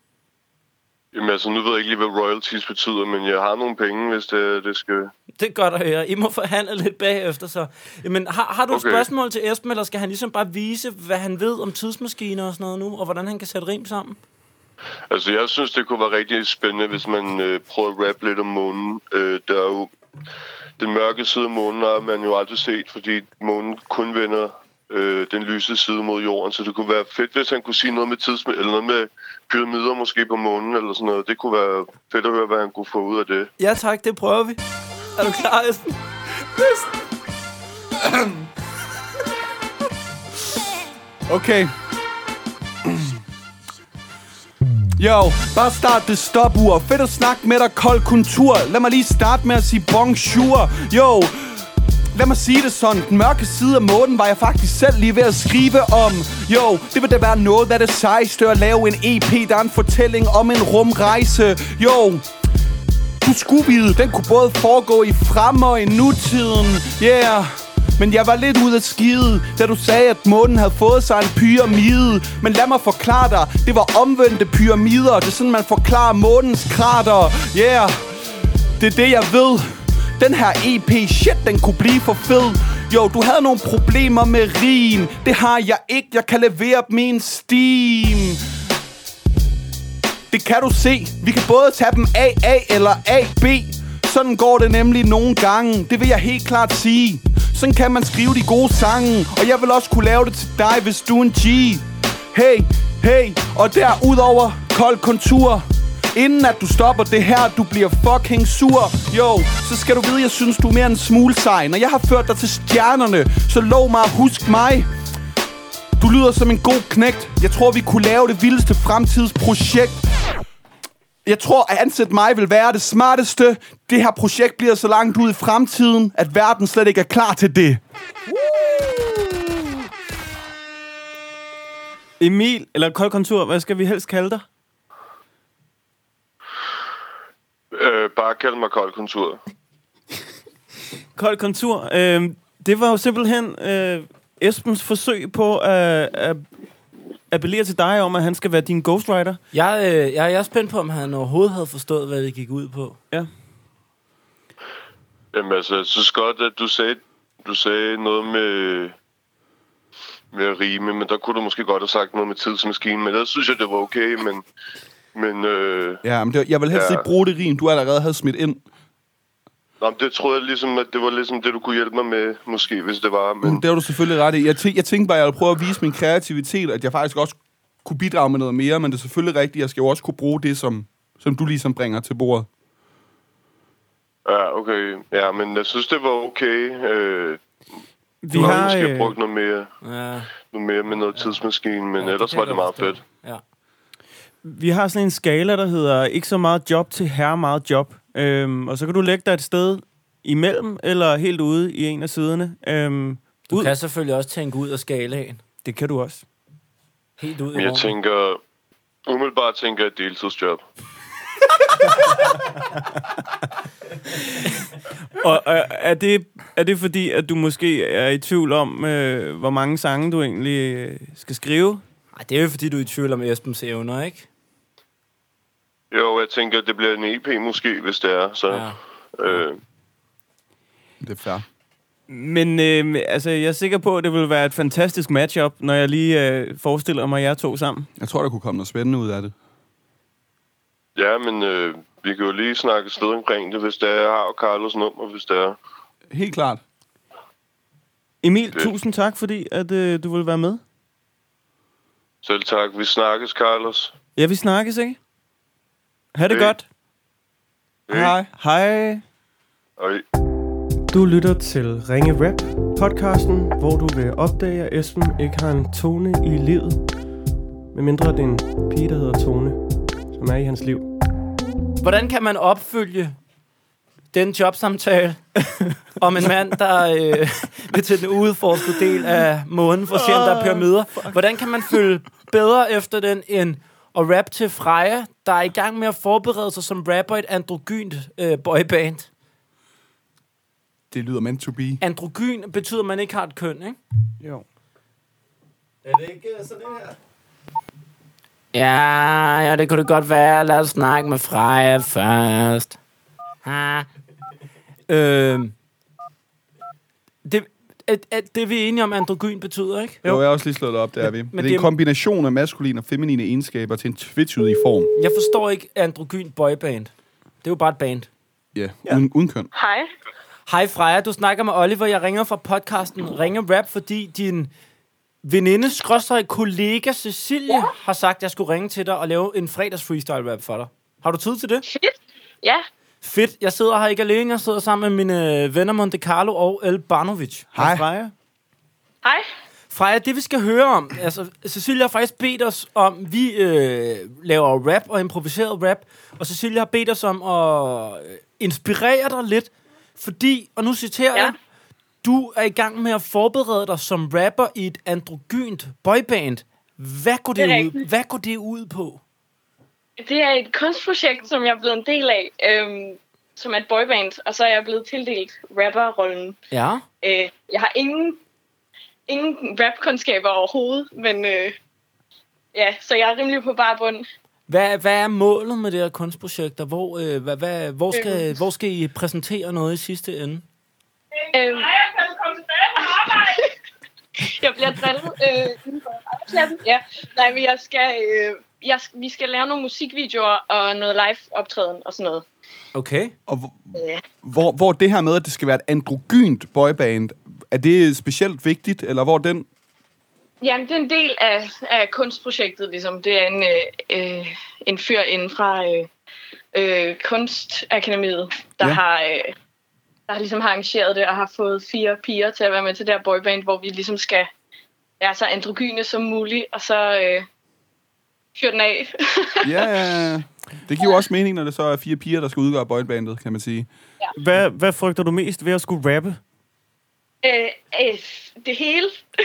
Jamen altså, nu ved jeg ikke lige, hvad royalties betyder, men jeg har nogle penge, hvis det, det skal... Det er godt at høre. I må forhandle lidt bagefter, så. Jamen, har, har du okay. et spørgsmål til Esben, eller skal han ligesom bare vise, hvad han ved om tidsmaskiner og sådan noget nu, og hvordan han kan sætte rim sammen? Altså, jeg synes, det kunne være rigtig spændende, hvis man øh, prøver at rappe lidt om månen. Øh, der er jo... Den mørke side af månen har man jo aldrig set, fordi månen kun vender øh, den lyse side mod jorden, så det kunne være fedt, hvis han kunne sige noget med tids eller noget med pyramider måske på månen eller sådan noget. Det kunne være fedt at høre, hvad han kunne få ud af det. Ja tak, det prøver vi. Er du klar, Esben? Okay. Jo, bare start det stopur. Fedt at snakke med dig, kold kontur. Lad mig lige starte med at sige bonjour. Jo, lad mig sige det sådan. Den mørke side af månen var jeg faktisk selv lige ved at skrive om. Jo, det vil da være noget af det sejste at lave en E P, der er en fortælling om en rumrejse. Jo, du skulle vide, den kunne både foregå i frem- og i nutiden. Yeah. Men jeg var lidt ude af skide, da du sagde, at månen havde fået sig en pyramide. Men lad mig forklare dig, det var omvendte pyramider. Det er sådan, man forklarer månens krater. Yeah, det er det, jeg ved. Den her E P, shit, den kunne blive for fed. Jo, du havde nogle problemer med rim. Det har jeg ikke, jeg kan levere min steam. Det kan du se. Vi kan både tage dem A A eller A B. Sådan går det nemlig nogle gange. Det vil jeg helt klart sige. Sådan kan man skrive de gode sange. Og jeg vil også kunne lave det til dig, hvis du er en G. Hey, hey. Og derudover kold kontur. Inden at du stopper det her, du bliver fucking sur. Jo, så skal du vide, jeg synes, du er mere en smule sej. Når jeg har ført dig til stjernerne, så lov mig at huske mig. Du lyder som en god knægt. Jeg tror, vi kunne lave det vildeste fremtidsprojekt. Jeg tror, at ansætte mig vil være det smarteste. Det her projekt bliver så langt ud i fremtiden, at verden slet ikke er klar til det. Emil, eller Kold Kontur, hvad skal vi helst kalde dig? Øh, bare kald mig Kold Kontur. Kold Kontur, øh, det var jo simpelthen øh, Esbens forsøg på at øh, appellere til dig om, at han skal være din ghostwriter. Jeg, øh, jeg, jeg er spændt på, om han overhovedet havde forstået, hvad det gik ud på. Ja. Jamen altså, jeg synes godt, at du sagde, du sagde noget med, med at rime, men der kunne du måske godt have sagt noget med tidsmaskinen, men der synes jeg, det var okay, men... men øh, Ja, men det, jeg vil helst ja. ikke bruge det rim, du allerede havde smidt ind. Nå, det troede jeg ligesom, at det var ligesom det, du kunne hjælpe mig med, måske, hvis det var, men... Det var du selvfølgelig ret i. Jeg, tæ- jeg tænkte bare, at jeg ville prøve at vise min kreativitet, at jeg faktisk også kunne bidrage med noget mere, men det er selvfølgelig rigtigt, jeg skal jo også kunne bruge det, som, som du ligesom bringer til bordet. Ja, okay. Ja, men jeg synes, det var okay. Øh, Vi du har har måske øh, brugt noget mere, Ja, noget mere med noget tidsmaskine, men ja, ellers kan var jeg det godt meget forstå. fedt. Ja. vi har sådan en skala, der hedder ikke så meget job til herre meget job. Øhm, og så kan du lægge dig et sted imellem, eller helt ude i en af siderne. Øhm, Du ud. kan selvfølgelig også tænke ud af skalaen. Det kan du også. Helt ud i Men jeg rummet. tænker... Umiddelbart tænker jeg et deltidsjob. Og øh, er, det, er det fordi, at du måske er i tvivl om, øh, hvor mange sange du egentlig øh, skal skrive? Ej, det er jo fordi, du er i tvivl om Esbens evner, ikke? Jo, jeg tænker, at det bliver en E P måske, hvis det er. Så, Ja. øh, Det er fair. Men øh, altså, jeg er sikker på, at det vil være et fantastisk matchup, når jeg lige øh, forestiller mig jer to sammen. Jeg tror, der kunne komme noget spændende ud af det. ja, men øh, vi kan jo lige snakke et sted omkring det, hvis det er. Jeg har jo Carlos nummer, hvis det er. Helt klart. Emil, Det. tusind tak, fordi at, øh, du vil være med. Selv tak. Vi snakkes, Carlos. Ja, vi snakkes, ikke? Ha' det Hey. godt. Hej. Hej. Hej. Du lytter til Ringe Rap, podcasten, hvor du vil opdage, at Esben ikke har en tone i livet. Medmindre det er en pige, der hedder Tone, som er i hans liv. Hvordan kan man opfylde den jobsamtale om en mand, der øh, vil til den udforskede del af månen for at se, om der er pyramider? Hvordan kan man følge bedre efter den end at rap til Freja, der er i gang med at forberede sig som rapper i et androgynt øh, boyband? Det lyder meant to be. Androgyn betyder, at man ikke har et køn, ikke? Jo. Er det ikke sådan her? Ja, ja, det kunne det godt være. Lad os snakke med Freja først. Ha. Øhm. Det, at, at det vi er enige om, androgyn betyder, ikke? Jo, jeg har også lige slået det op, det er vi. Men det er det- en kombination af maskuline og feminine egenskaber til en tvetydig form. Jeg forstår ikke androgyn boyband. Det er jo bare et band. Ja, yeah. uden, uden køn. Hej. Hej Freja, du snakker med Oliver. Jeg ringer fra podcasten Ringe Rap, fordi din veninde, skråstreg kollega Cecilie, ja. har sagt, at jeg skulle ringe til dig og lave en fredags freestyle rap for dig. Har du tid til det? Fedt. Ja. Fedt. Jeg sidder her ikke alene. Jeg sidder sammen med mine venner Monte Carlo og El Barnovic. Hej. Freja. Hej. Freja, det vi skal høre om, altså Cecilia har faktisk bedt os om, vi øh, laver rap og improviseret rap, og Cecilia har bedt os om at øh, inspirere dig lidt, fordi, og nu citerer Ja. jeg, du er i gang med at forberede dig som rapper i et androgynt boyband. Hvad går det, Det er ud, rigtigt. hvad går det ud på? Det er et kunstprojekt, som jeg er blevet en del af. Øhm, som er et boyband, og så er jeg blevet tildelt rapper-rollen. Ja. Øh, jeg har ingen, ingen rap-kundskaber overhovedet, men øh, ja, så jeg er rimelig på bare bund. Hvad, hvad er målet med det her kunstprojekt, og hvor, øh, hvad, hvad, hvor, skal, øh. hvor skal I præsentere noget i sidste ende? Øh, jeg bliver drillet øh, arbejdsklassen. Ja, nej, men jeg skal, øh, jeg, vi skal lave nogle musikvideoer og noget live-optræden og sådan noget. Okay. Og hvor, ja. hvor, hvor det her med, at det skal være et androgynt boyband, er det specielt vigtigt, eller hvor den... Jamen, det er en del af, af kunstprojektet, ligesom. Det er en, øh, en fyr inden fra øh, øh, Kunstakademiet, der ja. har... Øh, der har ligesom har arrangeret det og har fået fire piger til at være med til det her boyband, hvor vi ligesom skal være så androgyne som muligt, og så øh, fyre den af. Ja, ja, ja. Det giver jo også mening, når det så er fire piger, der skal udgøre boybandet, kan man sige. Ja. Hvad, hvad frygter du mest ved at skulle rappe? Øh, øh, det hele.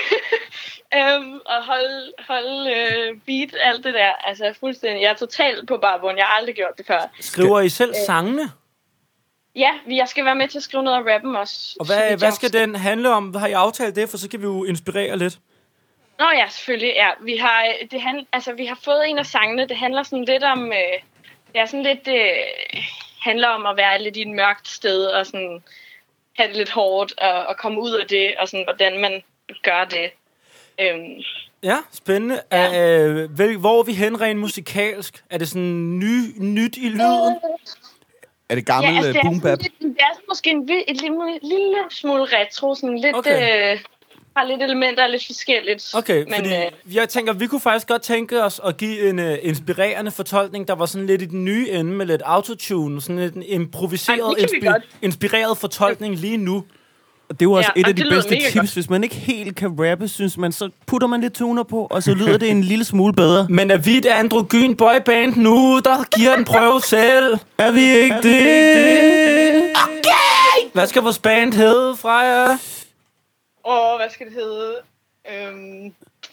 um, og holde, holde øh, beat, alt det der. Altså fuldstændig. Jeg er totalt på barbund. Jeg har aldrig gjort det før. Skriver I selv øh, sangene? Ja, jeg skal være med til at skrive noget af rappen også. Og hvad, hvad skal den handle om? Har I aftalt det? For så kan vi jo inspirere lidt. Nå ja, selvfølgelig. Ja. Vi, har, det hand, altså, vi har fået en af sangene. Det handler sådan lidt om... Øh, det er sådan lidt... Øh, handler om at være lidt i et mørkt sted og sådan have det lidt hårdt og, og komme ud af det og sådan, hvordan man gør det. Øhm, Ja, spændende. Ja. Øh, vel, hvor er vi hen rent musikalsk? Er det sådan ny, nyt i lyden? Er det gammel ja, altså, det boom bap? Det er måske en, et lille, lille smule retro, sådan lidt, okay. øh, har lidt elementer, lidt forskelligt. Okay, men, fordi øh, jeg tænker, vi kunne faktisk godt tænke os at give en uh, inspirerende fortolkning, der var sådan lidt i den nye ende med lidt autotune, sådan lidt en improviseret, Ej, inspi- inspireret fortolkning lige nu. Og det er jo også ja, et af de bedste tips. godt. Hvis man ikke helt kan rappe, synes man, så putter man lidt tuner på, og så lyder det en lille smule bedre. Men er vi et androgyn boyband nu, der giver en prøve selv? Er vi ikke det? Okay! Hvad skal vores band hedde, Freja? Åh, oh, hvad skal det hedde? Øhm,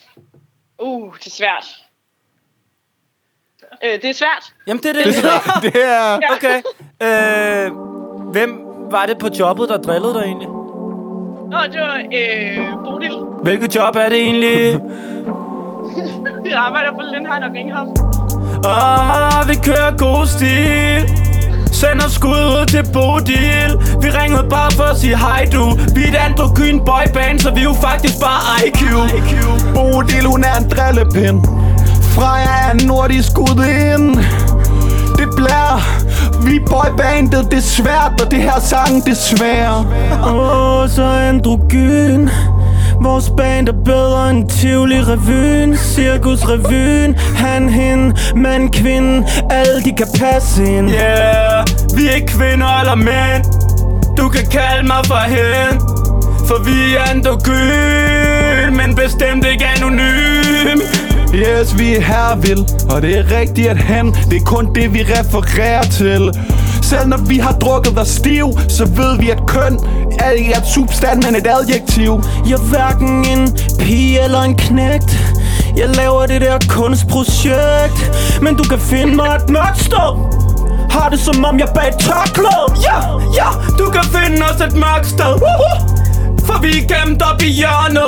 uh, det er svært. Øh, det er svært. Jamen, det er det. Det er, det er... Okay. Øh, hvem var det på jobbet, der drillede dig egentlig? Nå, det var øh, Bodil. Hvilket job er det egentlig? Jeg arbejder på Lindheim og Ringhof. Åh, vi kører god stil. Sender skud ud til Bodil. Vi ringede bare for at sige hej du. Vi er et androgyn boyband, så vi er jo faktisk bare I Q. Bodil, hun er en drillepind. Freja er en nordisk gudinde. Det bliver vi boybandet, det er svært, og det her sang, det er svært. Åh, oh, så androgyn. Vores band er bedre end Tivoli-revyen, Cirkus-revyen. Han, hende, mand, kvinde, alle de kan passe ind. Yeah, vi er ikke kvinder eller mænd. Du kan kalde mig for hende, for vi er androgyn, men bestemt ikke anonym. Yes, vi er her vil, og det er rigtigt at han, det er kun det, vi refererer til. Selv når vi har drukket os stiv, så ved vi, at køn er ikke et substand, men et adjektiv. Jeg er hverken en pige eller en knægt. Jeg laver det der kunstprojekt, men du kan finde mig et mørkt sted. Har det som om jeg bag et tørklæde. Ja, ja, du kan finde os et mørkt sted, for vi er gemt op i hjørnet.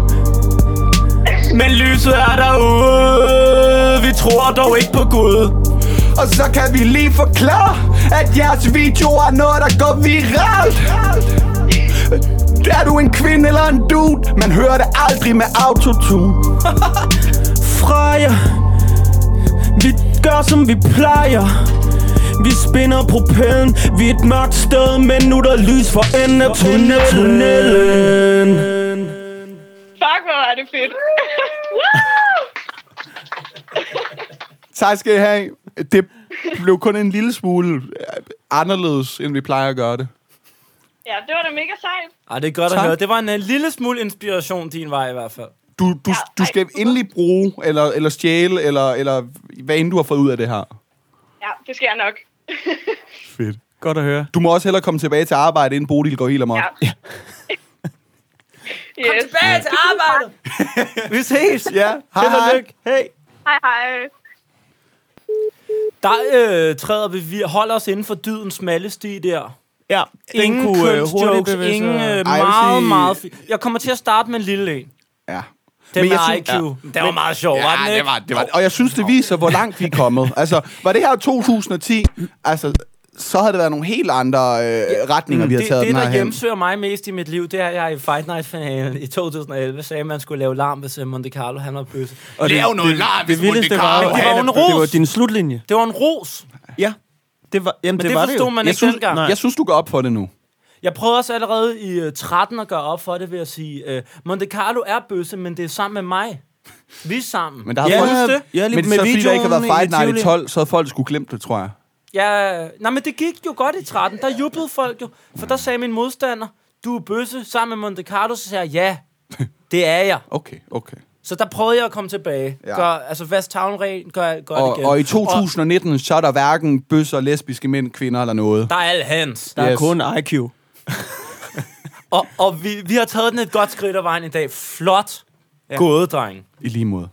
Men lyset er derude. Vi tror dog ikke på Gud. Og så kan vi lige forklare, at jeres video er noget, der går viralt. Er du en kvinde eller en dude? Man hører det aldrig med autotune. Freja, vi gør som vi plejer. Vi spinner propellen. Vi er et mørkt sted, men nu der lys for enden af tunnelen. Fuck, hvor er det fedt. Tak skal I have. Det blev kun en lille smule anderledes, end vi plejer at gøre det. Ja, det var da mega sejt. Ej, det er godt Tak. at høre. Det var en, en lille smule inspiration din vej i hvert fald. Du, du, du skal endelig bruge, eller, eller stjæle, eller, eller hvad end du har fået ud af det her. Ja, det skal jeg nok. Fedt. Godt at høre. Du må også hellere komme tilbage til arbejde, inden Bodil går helt amok. Ja. Yes. Kom tilbage til arbejdet. Vi ses. Ja, hej Held og hej. lykke. Hey. Hej, hej. Der øh, træder vi, vi holder os inden for dydens smalle sti der. Ja, Ingen kunne, øh, hurtigt kønsjokes, bevæge ingen sig. øh, Ej, meget, jeg vil sige- meget fi- Jeg kommer til at starte med en lille en. Ja. Den Men med jeg I Q. synes- Den var meget sjov, var den Ja, ikke? det var, det var, og jeg synes, det viser, hvor langt vi er kommet. Altså, var det her to tusind og ti, altså, så havde det været nogle helt andre øh, retninger, vi har Det, taget det den her der hen. hjemsøger mig mest i mit liv, det er, at jeg i Fight Night-finalen i to tusind og elleve sagde, at man skulle lave larm, hvis uh, Monte Carlo han var bøsse. Og det, Lav noget larm, hvis det vildeste Monte var, Carlo jo, Det var at en det ros. var din slutlinje. Det var en ros. Ja, det var, jamen, Men det, det var det forstod jo. man Jeg ikke synes, dengang. jeg synes, du går op for det nu. Jeg prøvede også allerede i uh, tretten at gøre op for det ved at sige, uh, Monte Carlo er bøsse, men det er sammen med mig. Vi er sammen. Men der har ja, folk- husk det? Ja, lige Men med så fordi der ikke har været videoen Fight Night Tivoli. i tolv, så havde folk skulle glemme det, tror jeg. Ja, nej, men det gik jo godt i tretten. Der jublede folk jo. For der sagde min modstander, du er bøsse sammen med Monte Carlo. Så sagde jeg, ja, det er jeg. Okay, okay. Så der prøvede jeg at komme tilbage. Ja. Gør, altså, vask tavlen ren, gør, gør det Og, igen. og i to tusind og nitten, så er der hverken bøsser, lesbiske mænd, kvinder eller noget. Der er alle hands. Der er Yes. kun I Q. Og, og vi, vi har taget den et godt skridt af vejen i dag. Flot. Ja. Gået, dreng. I lige måde.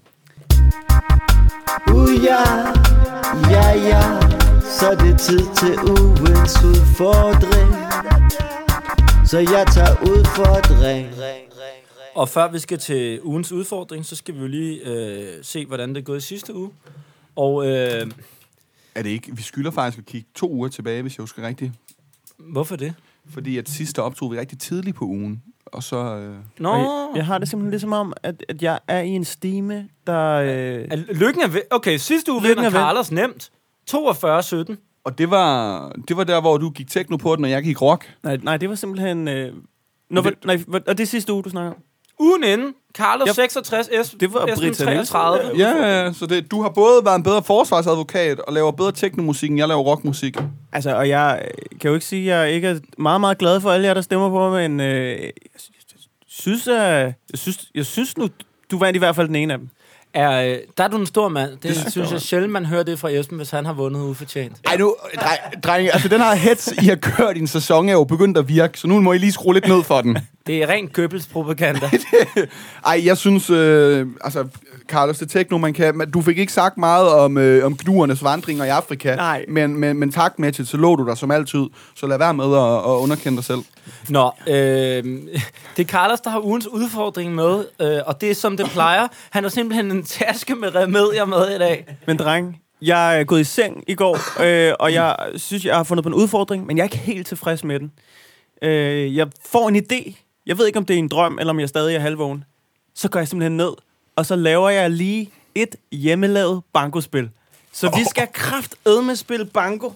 Uh, ja, ja, ja, så er det tid til ugens udfordring. Så jeg tager udfordring. Og før vi skal til ugens udfordring, så skal vi jo lige øh, se, hvordan det er gået i sidste uge. Og øh, Er det ikke? Vi skylder faktisk at kigge to uger tilbage, hvis jeg husker rigtigt. hvorfor det? Fordi at sidste optog vi rigtig tidligt på ugen. Og så... Øh... Nå, Og jeg, jeg har det simpelthen ligesom om, at, at jeg er i en stime, der... Øh, er lykken er ved. Okay, sidste uge Lykken vinder er ved. Carlos nemt. toogfyrre sytten. Og det var, det var der, hvor du gik techno på den, og jeg gik rock. nej, nej, det var simpelthen... Øh, Nå, Det- det, nej, og det er sidste uge, du snakker om? Ugen inden, Carlos Ja, seksogtres, es, det var Esben Britta Nielsen. treogtredive. Ja, ja, ja. Så det, du har både været en bedre forsvarsadvokat og laver bedre technomusik, end jeg laver rockmusik. Altså, og jeg øh, kan jo ikke sige, at jeg ikke er meget, meget glad for alle jer, der stemmer på mig, men øh, jeg synes, at, jeg synes, jeg synes nu, du vandt i hvert fald den ene af dem. Er, øh, der er du en stor mand. Det, Det det synes jeg sjældent, man hører det fra Esben, hvis han har vundet ufortjent. Ej nu, dre- drenge, altså den her hets, I har kørt i en sæson, er jo begyndt at virke, så nu må I lige skrue lidt ned for den. Det er rent Goebbels-propaganda. Ej, jeg synes, øh, altså, Carlos, det techno, man kan... Man, du fik ikke sagt meget om, øh, om gnuernes vandringer i Afrika. Nej. Men, men, men tak, Mathieu, så lå du der som altid. Så lad være med at, at underkende dig selv. Nå, øh, det er Carlos, der har ugens udfordring med, øh, og det er som det plejer. Han har simpelthen en taske med remedier med i dag. Men dreng, jeg er gået i seng i går, øh, og jeg synes, jeg har fundet på en udfordring, men jeg er ikke helt tilfreds med den. Øh, jeg får en idé. Jeg ved ikke, om det er en drøm, eller om jeg stadig er halvvågen. Så går jeg simpelthen ned, og så laver jeg lige et hjemmelavet bankospil. Så oh. vi skal kraftedme spille banko.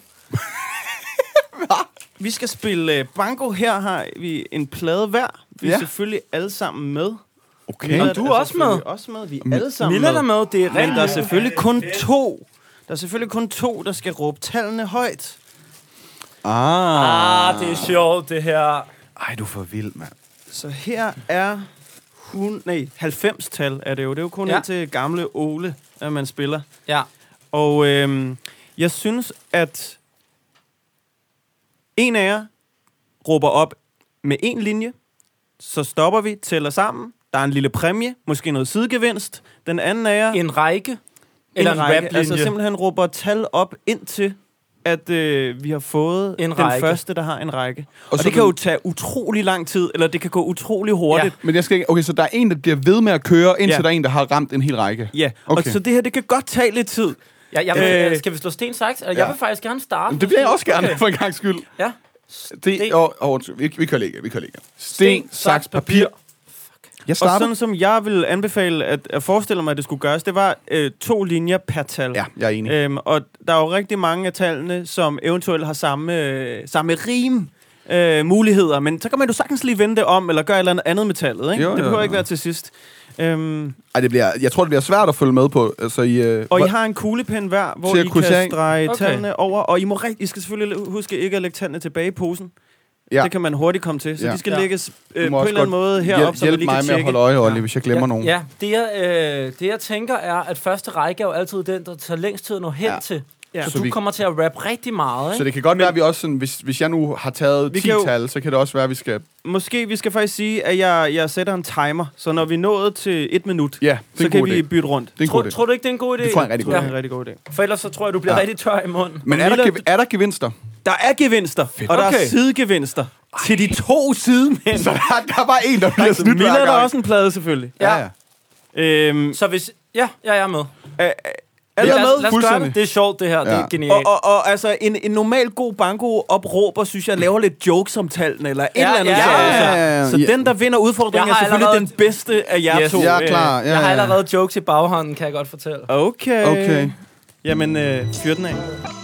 Vi skal spille uh, banko. Her har vi en plade hver. Vi er Ja. selvfølgelig alle sammen med. Okay. Milla Og du er også med. selvfølgelig også med. Vi er alle sammen Milla med. er med, det er Men der er rent. selvfølgelig kun to. Der er selvfølgelig kun to, der skal råbe tallene højt. Ah. Ah, det er sjovt, det her. Ej, du er for vild, mand. Så her er hun, nej, halvfems-tal er det jo. Det er jo kun Ja. ja. til gamle Ole, at man spiller. Ja. Og øhm, jeg synes, at en af jer råber op med en linje. Så stopper vi, tæller sammen. Der er en lille præmie, måske noget sidegevinst. Den anden af jer... En række. Eller en, en række. rap-linje. Altså simpelthen råber tal op indtil, at øh, vi har fået En den række. første, der har en række. Og, Og og så det kan den- jo tage utrolig lang tid, eller det kan gå utrolig hurtigt. Men jeg skal ikke... Okay, så der er en, der bliver ved med at køre, indtil Ja. der er en, der har ramt en hel række. Ja, Okay. og så det her, det kan godt tage lidt tid. Ja, jeg vil, Øh, skal vi slå sten, saks? Eller, ja. Jeg vil faktisk gerne starte. Men det vil jeg også gerne, Okay. okay. for en gang skyld. Ja. Det, oh, oh, vi, vi kører lige, vi kører lige. Sten, saks, papir. Jeg Og starter. sådan som jeg vil anbefale at, at forestille mig, at det skulle gøres, det var øh, to linjer per tal. Ja, jeg er enig. Øhm, og der er jo rigtig mange af tallene, som eventuelt har samme, øh, samme rim øh, muligheder, men så kan man jo sagtens lige vende det om, eller gøre et eller andet andet med tallet, ikke? Jo, Det jo, behøver jo. ikke være til sidst. Øhm, Ej, det bliver, jeg tror, det bliver svært at følge med på. Altså, I, øh, og I hvor- har en kuglepen hver, hvor Til at I krydse af. kan strege Okay. tallene over, og I, må rigt- I skal selvfølgelig huske ikke at lægge tallene tilbage i posen. Ja. Det kan man hurtigt komme til, så Ja. de skal Ja. lægges Du øh, må på en også eller anden godt måde hjælp, heroppe, så man hjælp lige mig kan med at tjekke. holde øje, Olli, hvis jeg glemmer ja, nogen. Ja, det jeg, øh, det jeg tænker er, at første række er jo altid den, der tager længst tid at nå hen Ja. til. Ja. Så, Så du vi- kommer til at rappe rigtig meget, ikke? Så det kan godt være, at vi også sådan, hvis, hvis jeg nu har taget Vi kan jo- ti-tal, så kan det også være, at vi skal... Måske vi skal faktisk sige, at jeg, jeg sætter en timer, så når vi er nået til et minut, Ja, det er så en kan god vi idé. bytte rundt. Det er en Tror, god idé. tror du ikke, det er en god idé? Det tror jeg er en rigtig god Det idé. er en rigtig god idé. For ellers så tror jeg, du bliver Ja. rigtig tør i munden. Men er der, Mille- gev- er der gevinster? Der er gevinster, Fedt. og der Okay. er sidegevinster til de to sidemænd. Så der, der er bare en, der bliver snydt Mille hver er der gang. også en plade, selvfølgelig. Ja, ja. Øhm, Så hvis... Ja, jeg er med. er, er Lad, der lad, med? lad os gøre Fuldstændig. det. Det er sjovt, det her. Ja. Det er Ja. genialt. Og, og, og altså, en, en normal god banko-opråber, synes jeg, laver lidt jokes om tallene, eller et Ja, eller andet. ja, så- ja, ja, ja. Så Ja. den, der vinder udfordringen, Jeg er har selvfølgelig allerede- den bedste af jer Yes. to. Jeg er klar. Ja, Jeg har ja. allerede jokes i baghånden, kan jeg godt fortælle. Okay. Okay. Jamen, øh, fyr den af.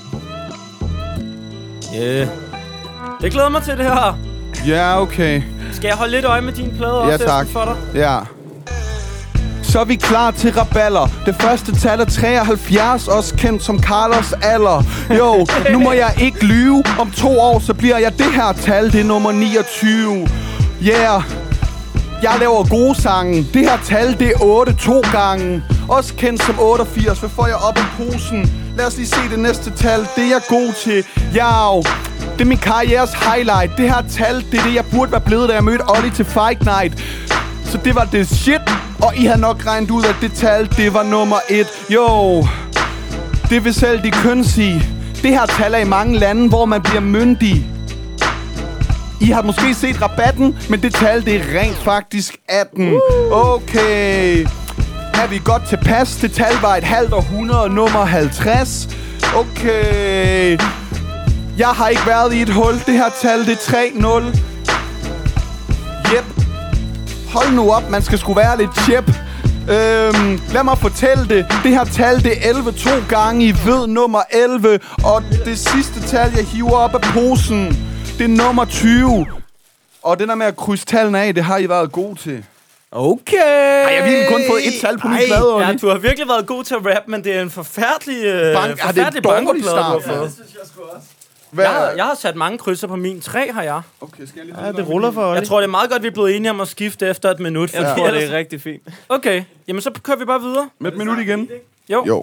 Yeah. Det glæder mig til det her. Ja, okay. Skal jeg holde lidt øje med dine plader Ja, også tak. Esben, for dig? Ja. Så er vi klar til raballer. Det første tal er treoghalvfjerds, også kendt som Carlos alder. Jo, nu må jeg ikke lyve. Om to år, så bliver jeg det her tal. Det er nummer niogtyve. Yeah. Jeg laver gode sange. Det her tal, det er otte to gange. Også kendt som otteogfirs. Hvad får jeg op af posen? Lad os lige se det næste tal. Det er jeg god til. Jau. Det er min karrieres highlight. Det her tal, det er det, jeg burde være blevet, da jeg mødte Ollie til Fight Night. Så det var det shit. Og I har nok regnet ud, at det tal, det var nummer et. Jo. Det vil selv de køn sige. Det her tal er i mange lande, hvor man bliver myndig. I har måske set rabatten, men det tal, det er rent faktisk atten. Okay. Er vi godt tilpas? Det tal var et halvt århundrede, nummer halvtreds. Okay. Jeg har ikke været i et hul. Det her tal, det er tre nul. Yep. Hold nu op, man skal sgu være lidt chip. Øhm, lad mig fortælle det. Det her tal, det er elleve to gange. I ved nummer elleve. Og det sidste tal, jeg hiver op af posen, det er nummer tyve. Og den der med at krydse tallene af, det har I været gode til. Okay. Ej, jeg har virkelig kun fået et tal på min Ej, plade. ja, Ollie. du har virkelig været god til at rap, men det er en forfærdelig, øh, Bank- ja, det er en forfærdelig dårlig bankoplade, du har start. fået. Hvad? Jeg har, jeg har sat mange krydser på min. Tre har jeg. Okay, skal jeg lige Ja, det ruller for Ollie. Jeg tror, det er meget godt, vi er blevet enige om at skifte efter et minut. Jeg tror, det er rigtig fint. Okay, jamen så kører vi bare videre. Med et minut igen. Jo. Jo.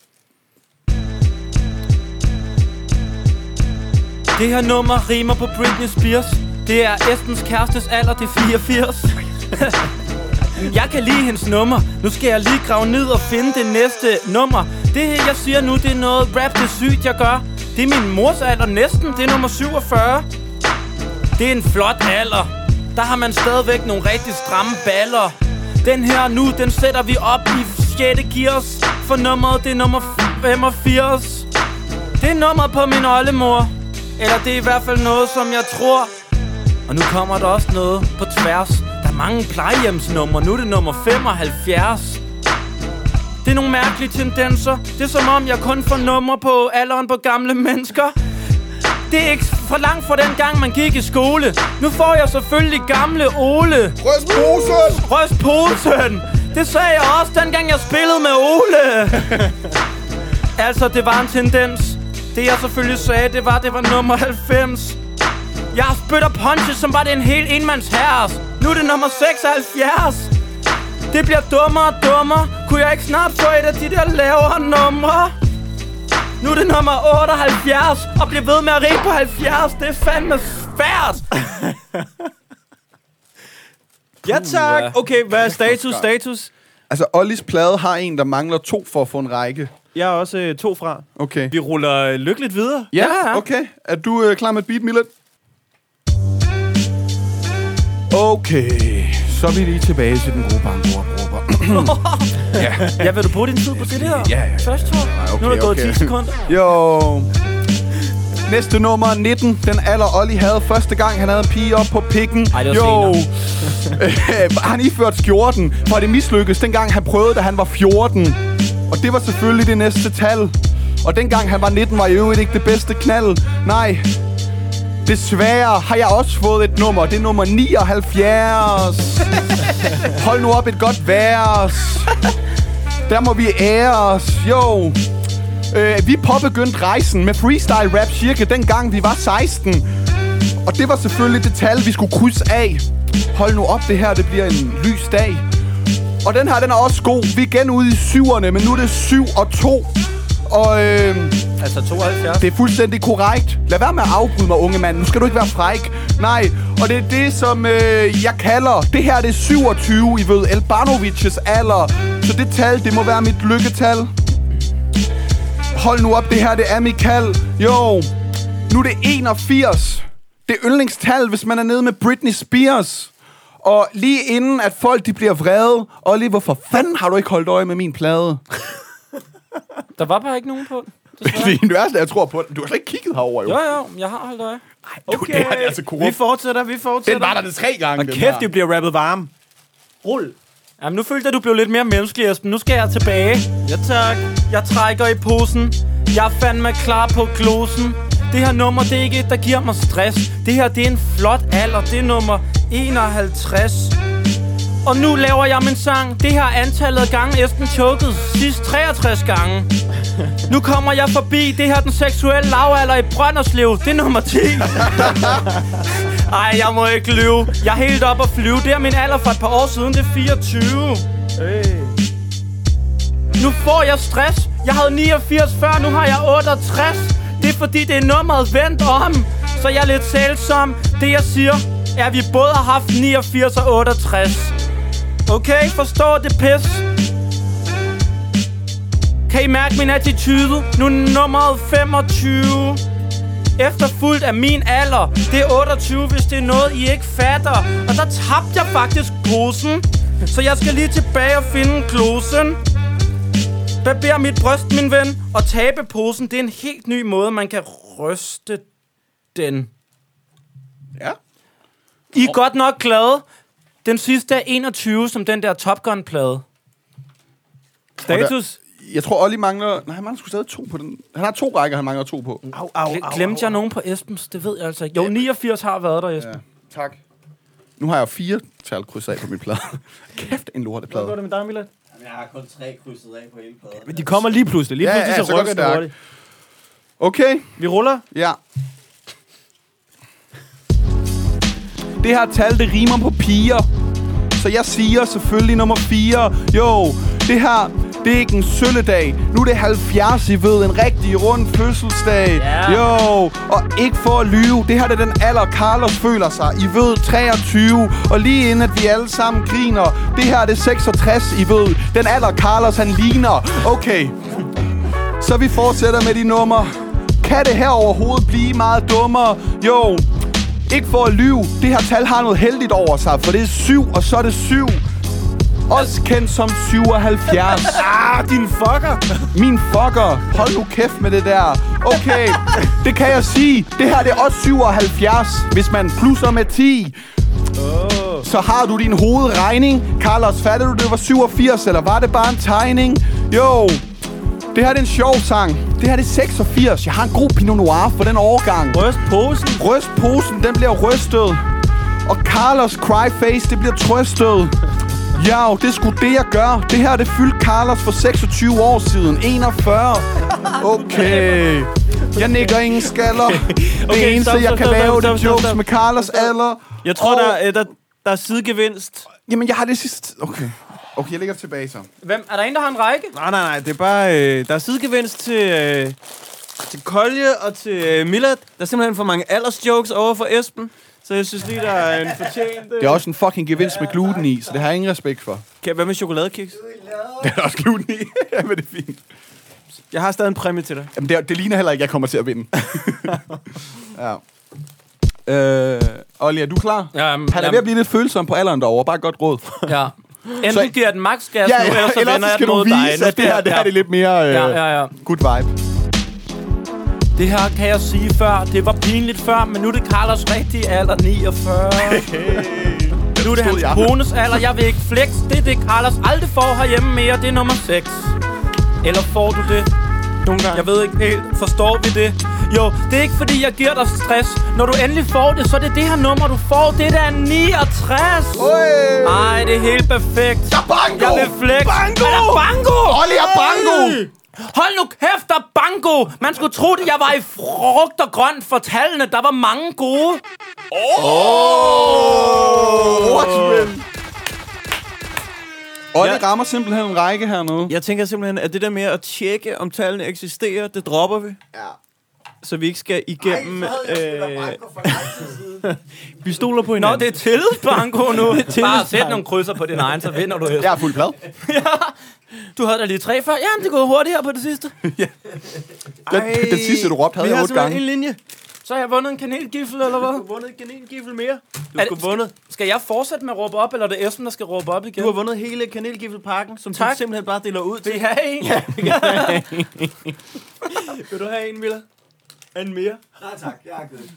Det her nummer rimer på Britney Spears. Det er Estens kærestes alder, det er fireogfirs. Jeg kan lide hendes nummer. Nu skal jeg lige grave ned og finde det næste nummer. Det her, jeg siger nu, det er noget rap, det er sygt, jeg gør. Det er min mors alder næsten, det er nummer syvogfyrre. Det er en flot alder. Der har man stadigvæk nogle rigtig stramme baller. Den her nu, den sætter vi op i sjette gears. For nummeret, det er nummer femogfirs. Det er nummeret på min oldemor. Eller det er i hvert fald noget, som jeg tror. Og nu kommer der også noget på tværs. Der er mange plejehjemsnumre. Nu er det nummer femoghalvfjerds. Det er nogle mærkelige tendenser. Det er som om, jeg kun får numre på alderen på gamle mennesker. Det er ikke for langt fra den gang, man gik i skole. Nu får jeg selvfølgelig gamle Ole. Røst posen! Røst posen! Det sagde jeg også, dengang jeg spillede med Ole. Altså, det var en tendens. Det jeg selvfølgelig sagde, det var, det var nummer halvfems. Jeg spytter punches, som var det en hel enmands herres. Nu er det nummer seksoghalvfjerds. Det bliver dummere og dummere. Kunne jeg ikke snart få et af de der lavere numre? Nu er det nummer otteoghalvfjerds. Og bliver ved med at rige på halvfjerds. Det er fandme svært. Ja tak. Okay, hvad er status? Status? Altså, Ollies plade har en, der mangler to for at få en række. Jeg er også øh, to fra. Okay. Vi ruller øh, lykkeligt videre. Ja, okay. Er du øh, klar med et beat, Millet? Okay. Så er vi lige tilbage til den gode banko-opråber. Ja. Ja, vil du bruge din tid på det der? Ja, ja, ja. Først, Thor. okay, Nu er der gået okay. ti sekunder. Jo. Næste nummer nitten. Den alder Ollie havde første gang, han havde en pige op på pikken. Ej, det var jo. Han iført skjorten, for det mislykkedes dengang han prøvede, da han var fjorten. Og det var selvfølgelig det næste tal. Og dengang han var nitten, var i øvrigt ikke det bedste knald. Nej. Desværre har jeg også fået et nummer. Det er nummer nioghalvfjerds. Hold nu op et godt vers. Der må vi ære os. Jo. Øh, vi påbegyndte rejsen med freestyle rap cirka dengang vi var seksten. Og det var selvfølgelig det tal, vi skulle krydse af. Hold nu op, det her, det bliver en lys dag. Og den her, den er også god. Vi er igen ude i syverne, men nu er det syv og to. Og øh, Altså tooghalvfjerds. Det er fuldstændig korrekt. Lad være med at afbryde mig, unge mand. Nu skal du ikke være fræk. Nej, og det er det, som øh, jeg kalder... Det her, det er syvogtyve, I ved. Elbanovics alder. Så det tal, det må være mit lykketal. Hold nu op, det her, det er Michael. Jo, nu er det enogfirs. Det er yndlingstal, hvis man er nede med Britney Spears. Og lige inden, at folk de bliver vrede. Og lige, hvorfor fanden har du ikke holdt øje med min plade? Der var bare ikke nogen på den. Det er det værste, jeg tror på. Du har slet ikke kigget herover, jo. Jo, jo, jeg har holdt øje. Ej, okay. Det er altså korrupt. Vi fortsætter, vi fortsætter. Den var der det tre gange, og den kæft, her. det bliver rappet varm. Rul. Jamen, nu følte jeg, du blev lidt mere menneskelig, Esben. Nu skal jeg tilbage. Ja, tak. Jeg trækker i posen. Jeg er fandme klar på klosen. Det her nummer, det er ikke et, der giver mig stress. Det her, det er en flot alder. Det er nummer enoghalvtreds. Og nu laver jeg min sang. Det her antallet af gange, Esben chokede sidst treogtres gange. Nu kommer jeg forbi. Det her, den seksuelle lavalder i Brønderslev. Det er nummer ti. Ej, jeg må ikke lyve. Jeg er helt op at flyve. Det er min alder for et par år siden. Det er fireogtyve. Hey. Nu får jeg stress. Jeg havde niogfirs før, nu har jeg otteogtres. Det er fordi, det er nummeret vendt om. Så jeg er lidt sælsom. Det jeg siger, er at vi både har haft niogfirs og otteogtres. Okay, forstår det pis? Kan I mærke min attitude? Nu er nummeret femogtyve. Efterfulgt af min alder. Det er otteogtyve, hvis det er noget, I ikke fatter. Og der tabte jeg faktisk posen. Så jeg skal lige tilbage og finde klosen. Barber mit bryst, min ven. Og tabe posen, det er en helt ny måde, man kan ryste den. Ja. I er godt nok glade. Den sidste er enogtyve, som den der Top Gun-plade. Status? Jeg tror, Olli mangler... Nej, han mangler sgu stadig to på den. Han har to rækker, han mangler to på. Au, au, au, Glemte au, jeg au. nogen på Esbens? Det ved jeg altså ikke. Jo, niogfirs har været der, Esben. Ja, tak. Nu har jeg fire tal krydset af på min plade. Kæft, en lorteplade. Hvad går det med dig, Milad? Jeg har kun tre krydset af på hele pladen. Men de kommer lige pludselig. Lige Ja, pludselig ja, så så går rykker det det stærkt. hurtigt. Okay. Vi ruller. Ja. Det her tal, det rimer på piger. Så jeg siger selvfølgelig nummer fire. Jo, det her, det er ikke en sølledag. Nu er det halvfjerds, I ved. En rigtig rund fødselsdag. Yeah. Jo, og ikke for at lyve. Det her det er den alder, Carlos føler sig. I ved, treogtyve. Og lige inden, at vi alle sammen griner. Det her det er seksogtres, I ved. Den alder, Carlos han ligner. Okay. Så vi fortsætter med de numre. Kan det her overhovedet blive meget dummere? Jo. Ikke for at lyve. Det her tal har noget heldigt over sig, for det er syv, og så er det syv. Også kendt som syvoghalvfjerds. Ah, din fucker. Min fucker. Hold nu kæft med det der. Okay, det kan jeg sige. Det her det er også syvoghalvfjerds, hvis man plusser med ti. Oh. Så har du din hovedregning. Carlos, fattede du, det var syvogfirs, eller var det bare en tegning? Jo. Det her det er en sjov sang. Det her det er seksogfirs. Jeg har en god Pinot Noir for den årgang. Ryst posen. Ryst posen, den bliver rystet. Og Carlos cryface, det bliver trøstet. Ja, det er sgu det, jeg gør. Det her det fyldte Carlos for seksogtyve år siden. enogfyrre. Okay. Jeg nikker ingen skaller. Det Okay, eneste, stop, jeg stop, kan stop, lave, stop, det er stop, jokes stop. med Carlos alder. Jeg tror, Og- der, er- der, der er sidegevinst. Jamen, jeg har det sidste... Okay. Okay, jeg lægger tilbage så. Hvem? Er der en, der har en række? Nej, nej, nej. Det er bare... Øh, der er sidegevinst til... Øh, til Kolje og til øh, Milad. Der er simpelthen for mange aldersjokes over for Esben. Så jeg synes lige, der er en fortjent... Øh. Det er også en fucking gevinst med gluten i, så det har jeg ingen respekt for. Kan, hvad med chokoladekiks? Det er også gluten i. Jamen, det er fint. Jeg har stadig en præmie til dig. Jamen, det, det ligner heller ikke, jeg kommer til at vinde. ja. Øh, Olli, er du klar? Ja, um, Han er ved at blive lidt følsom på alderen derovre. Bare et godt råd. Ja. Enten Så- du giver den max gas Ja, nu, ja, eller så ellers vender jeg skal den du mod dig. vise, Nu at det her, skal det her jeg- det er lidt mere øh, Ja, ja, ja. good vibe. Det her kan jeg sige før. Det var pinligt før, men nu er det Carlos rigtige alder, niogfyrre. Nu er det hans jeg. kones alder. Jeg vil ikke flex. Det er det, Carlos aldrig får herhjemme mere. Det er nummer seks. Eller får du det? Nogle gange. Jeg ved ikke helt. Forstår vi det? Jo, det er ikke fordi, jeg giver dig stress. Når du endelig får det, så er det det her nummer, du får. Det der er niogtres. Oj! Ej, det er helt perfekt. Der er bango! Jeg vil flex. Bango! Er der bango? Olli er bango! Hold nu kæft, der er bango! Man skulle tro, at jeg var i frugt og grønt for tallene. Der var mange gode. Åh! Oh! Og Ja. det rammer simpelthen en række hernede. Jeg tænker simpelthen, at det der med at tjekke, om tallene eksisterer, det dropper vi. Ja. Så vi ikke skal igennem... Ej, så havde jeg øh, øh... for lang tid siden. vi stoler på Nå, hinanden. det er tillidsbanko nu. Bare tillidsbanko. sæt nogle krydser på din egen, så vinder du helst. Jeg er fuld plad. Du havde da lige tre før. Ja, det går hurtigt her på det sidste. Den, den sidste, du råbte, havde vi jeg har otte simpelthen gange. en linje. Så har jeg vundet en kanelgifle, eller hvad? Du har vundet en kanelgifle mere. Du Er har det- vundet. Skal jeg fortsætte med at råbe op, eller er det Esben, der skal råbe op igen? Du har vundet hele kanelgiflepakken, som Tak. du simpelthen bare deler ud til. Vil I have en? Ja. Vil du have en, Milla? En mere? Nej tak, jeg er givet.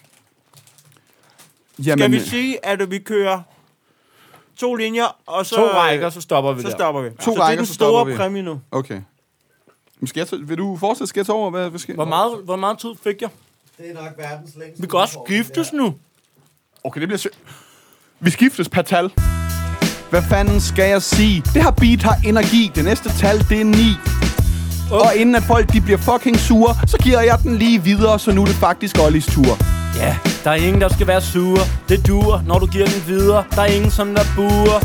Jamen, Skal vi sige, at vi kører to linjer, og så... To rækker, så stopper vi Så der. stopper vi. To så det er rækker, den så stopper store vi. præmie nu. Okay. Men Skal jeg tage, vil du fortsætte? Skal jeg tage over? Hvad, hvad sker? Hvor meget, hvor meget tid fik jeg? Det er nok verdens længste. Vi kan også skiftes nu. Okay, det bliver sødt. Vi skiftes per tal. Hvad fanden skal jeg sige? Det her beat har energi. Det næste tal, det er ni. Okay. Og inden at folk de bliver fucking sure, så giver jeg den lige videre, så nu er det faktisk Ollis tur. Ja, der er ingen, der skal være sure. Det duer, når du giver den videre. Der er ingen, som der buer.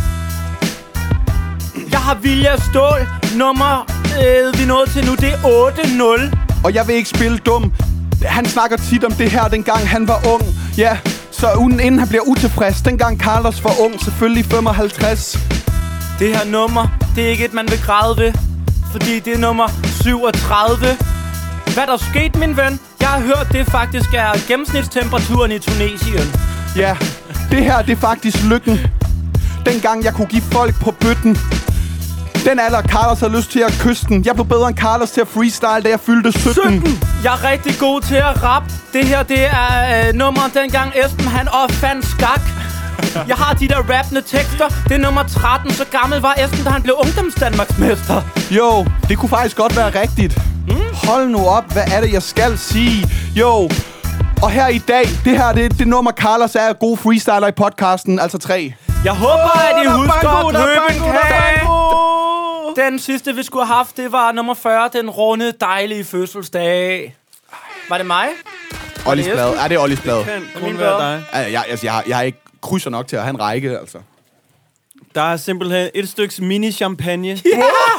Jeg har vilje af stål. Nummer, øh, vi er nået til nu, det er otte nul. Og jeg vil ikke spille dum. Han snakker tit om det her, dengang han var ung. Ja, så uden inden han bliver utilfreds. Dengang Carlos var ung, selvfølgelig femoghalvtreds. Det her nummer, det er ikke et, man vil græde ved. Fordi det er nummer syvogtredive. Hvad der er sket, min ven? Jeg har hørt, det faktisk er gennemsnitstemperaturen i Tunesien. Ja, det her, det er faktisk lykken. Dengang jeg kunne give folk på bøtten. Den alder, Carlos havde lyst til at kysse den. Jeg blev bedre end Carlos til at freestyle, da jeg fyldte sytten. sytten. Jeg er rigtig god til at rap. Det her, det er øh, nummeret dengang Esben, han opfandt skak. Jeg har de der rappende tekster. Det er nummer tretten. Så gammel var Esben, da han blev ungdomsdanmarksmester. Jo, det kunne faktisk godt være rigtigt. Mm. Hold nu op, hvad er det, jeg skal sige? Jo, og her i dag, det her, det, det nummer Carlos er gode freestyler i podcasten, altså tre. Jeg håber, Åh, at I der er husker banko, at der er købe en banko, der er kage. banko. Den sidste, vi skulle have haft, det var nummer fyrre. Den runde, dejlige fødselsdag. Var det mig? Ollis det blad. Esben? Ja, det er Ollis blad. Kan Min kun være blad. dig. Ja, jeg, altså, jeg, har, jeg har ikke krydser nok til at have en række, altså. Der er simpelthen et stykke mini-champagne. Så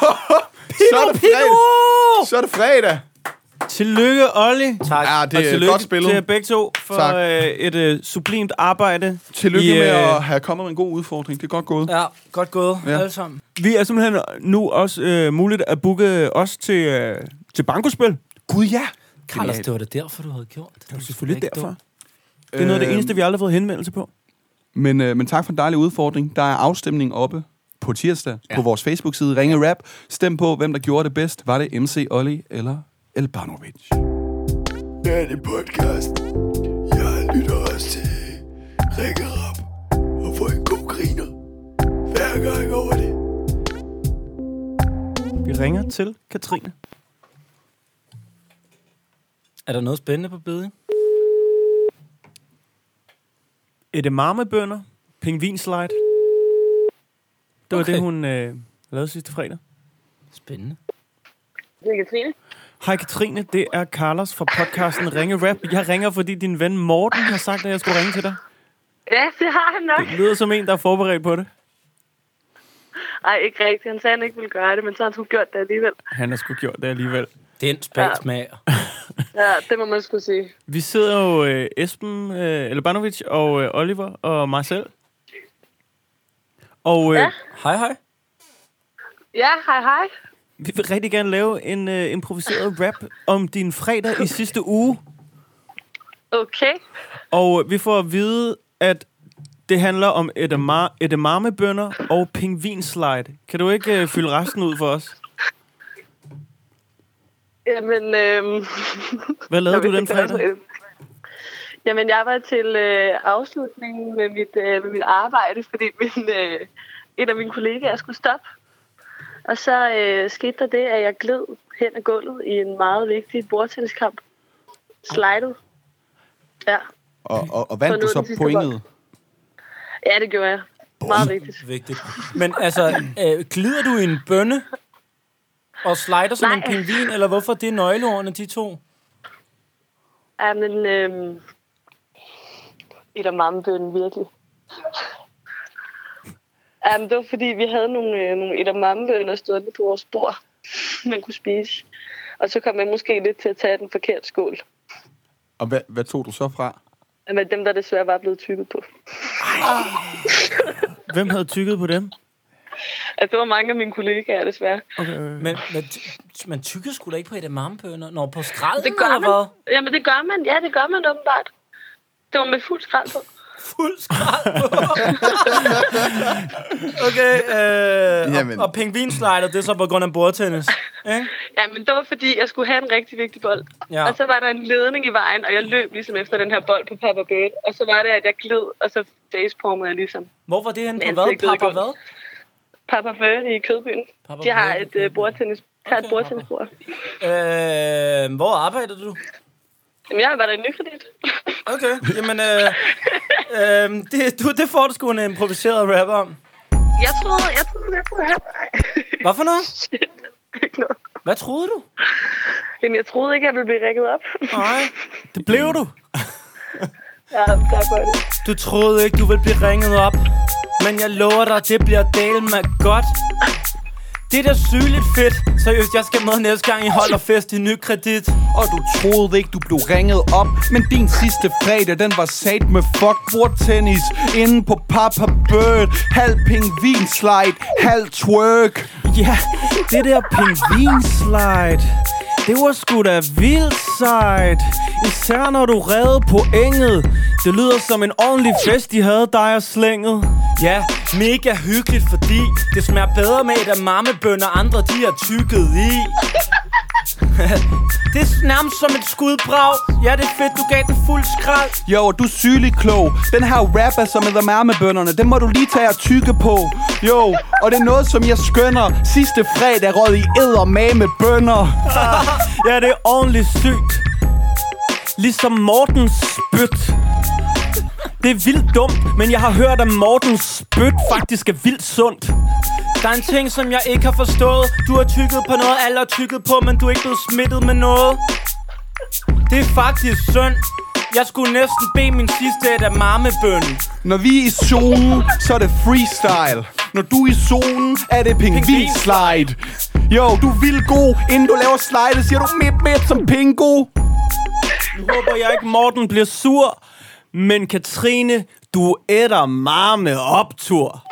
er det fredag. Så er det fredag. Tillykke, Olli. Tak. Ja, Og det er tillykke godt spillet. til jer begge to for Tak. øh, et øh, sublimt arbejde. Tillykke I, med øh, at have kommet med en god udfordring. Det er godt gået. Ja, godt gået. Ja. Ja. Alle sammen. Vi er simpelthen nu også øh, muligt at booke os til, øh, til bankospil. Gud, ja. Carlos, det var det derfor, du havde gjort det. Det er selvfølgelig ikke derfor. dumt. Det er noget af det Øhm, eneste, vi aldrig har fået henvendelse på. Men, øh, men tak for en dejlig udfordring. Der er afstemning oppe på tirsdag ja. på vores Facebook-side Ringe Rap. Stem på, hvem der gjorde det bedst. Var det M C Olli eller Elbanovic? Det er det podcast. Jeg lytter også til Ringe Rap og får en god griner hver gang over det. Vi ringer til Katrine. Er der noget spændende på beding? Edamamebønner. Pingvinslide. Det var Okay. det, hun øh, lavede sidste fredag. Spændende. Det er Katrine. Hej Katrine, det er Carlos fra podcasten Ringe Rap. Jeg ringer, fordi din ven Morten har sagt, at jeg skulle ringe til dig. Ja, det har han nok. Det lyder som en, der er forberedt på det. Ej, ikke rigtigt. Han sagde, han ikke ville gøre det, men så har han sgu gjort det alligevel. Han har sgu gjort det alligevel. Den spælsmag. Ja, det må man skulle sige. Vi sidder jo øh, Esben, øh, Elbanovic og øh, Oliver og mig selv. Og øh, Ja. Hej, hej. Ja, hej hej. vi vil rigtig gerne lave en øh, improviseret rap om din fredag i sidste uge. Okay. Og øh, vi får at vide, at det handler om edamar- edamamebønner og pingvinslide. Kan du ikke øh, fylde resten ud for os? Jamen, øhm... Hvad lavede Nå, du vi den fik det fredag? også. Jamen, jeg var til øh, afslutningen med mit, øh, med mit arbejde, fordi min, øh, en af mine kollegaer skulle stoppe. Og så øh, skete der det, at jeg gled hen ad gulvet i en meget vigtig bordtenniskamp. Slidet. Ja. Og, og, og Så vandt nu du er så den sidste pointet? Ja, det gjorde jeg. Meget vigtigt. Vigtigt. Men altså, øh, glider du i en bønne og slider som Nej. en pingvin, eller hvorfor det er nøgleordene, de to? Ja, men øhm, et af edamamebønnen virkelig. Um, det var fordi, vi havde nogle, øh, nogle edamamebønner stående på vores bord, man kunne spise. Og så kom man måske lidt til at tage den forkerte skål. Og hvad, hvad tog du så fra? Men dem, der desværre var blevet tykket på. Hvem havde tykket på dem? Altså, det var mange af mine kollegaer, desværre. Okay. Men, men man tykker sgu da ikke på edamamebønner, når på skralden, det gør eller man. hvad? Jamen, det gør man. Ja, det gør man åbenbart. Det var med fuld skrald på. Fuld skrald på? Okay, øh, Jamen. og, og pingvinslider, det er så på grund af bordtennis, ikke? Ja, men det var fordi, jeg skulle have en rigtig vigtig bold. Ja. Og så var der en ledning i vejen, og jeg løb ligesom efter den her bold på Papa Bird. Og så var det, at jeg gled, og så facepalmede jeg ligesom. Hvor var det henne på Men hvad? det er Papa godt. hvad? Papa Bird i Kødbyen. Papa De har Bird i et uh, bordtennis. De har et Okay, bordtennisbord. Øh, hvor arbejder du? Jamen, jeg arbejder i Nykredit. Okay, jamen, øh, øh, det, du, det får du sgu en improviseret rapper om. Jeg troede, jeg troede, jeg troede, jeg Hvad for noget? Shit. Ikke noget. Hvad troede du? Jamen, jeg troede ikke, jeg ville blive rækket op. Nej, det blev du. Ja, tak for det. Du troede ikke, du ville blive ringet op. Men jeg lover dig, det bliver dale med godt. Det er da sygeligt fedt. Seriøst, jeg skal med næste gang I holder fest i Nykredit. Og du troede ikke, du blev ringet op. Men din sidste fredag, den var sat med fuck bordtennis. Inde på Papa Bird. Halv pingvinslide, halv twerk. Ja, det der pingvinslide, det var sgu da vildt sejt. Især når du redde pointet. Det lyder som en ordentlig fest, de havde dig og slænget. Ja, mega hyggeligt, fordi det smager bedre med edamamebønner, andre de er tykket i. Det er nærmest som et skudbrag. Ja, det er fedt, du gav den fuld skrald. Jo, du er sygelig klog. Den her rap er som edamamebønnerne. Den må du lige tage og tykke på. Jo, og det er noget, som jeg skønner. Sidste fredag rød i edamamebønner. Ja, det er ordentligt sygt. Ligesom Mortens spyt. Det er vildt dumt, men jeg har hørt, at Mortens spyt faktisk er vildt sundt. Der er en ting, som jeg ikke har forstået. Du har tykket på noget, alle har tykket på, men du er ikke blevet smittet med noget. Det er faktisk synd. Jeg skulle næsten bede min sidste edamamebønne. Når vi er i zonen, så er det freestyle. Når du er i zonen, er det pingvinslide. Jo, du er vildt god. Inden du laver slide, siger du mip mip som pingo. Nu håber jeg ikke, Morten bliver sur. Men Katrine, du æder marme optur.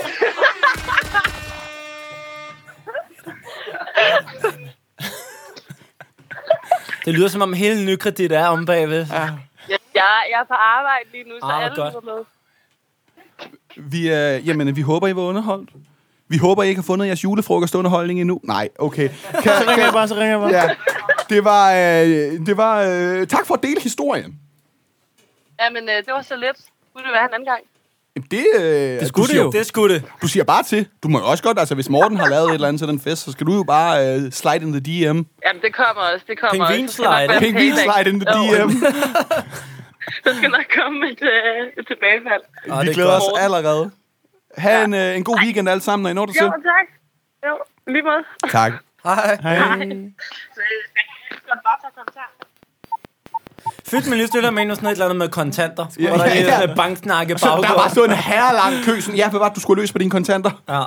Det lyder som om hele Nykredit er om bagved. Ja. Jeg, jeg er på arbejde lige nu, så Ah, alle godt. er med. Vi, øh, jamen, vi håber, I var underholdt. Vi håber, I ikke har fundet jeres julefrokostunderholdning endnu. Nej, okay. Kan, Så ringer jeg bare, så ringer jeg bare. Ja, det var... Øh, det var øh, tak for at dele historien. Jamen, øh, det var så let. Skulle det være en anden gang? Det, øh, Det skulle det jo. Det skulle det. Du siger bare til. Du må jo også godt, altså hvis Morten har lavet et eller andet til den fest, så skal du jo bare øh, slide in the D M. Jamen, det kommer også. Det kommer Pingvinslide. også. Pingvinslide in the D M. Der skal nok komme et, øh, et tilbagefald. Ah, Vi det er glæder godt. os allerede. Ha' en, øh, en god weekend alle sammen, når I når det Jo, til. tak. Jo, lige måde. Tak. Hej. Hej. Så, øh, skal bare tage kommentar. Fedt, men lige stille med sådan et eller andet med kontanter. Ja, Hvor der ja, er ja. sådan et banksnakke Så der baggård. var sådan en herrelang kø. Sådan, ja, hvad var det, du skulle løse på dine kontanter? Ja.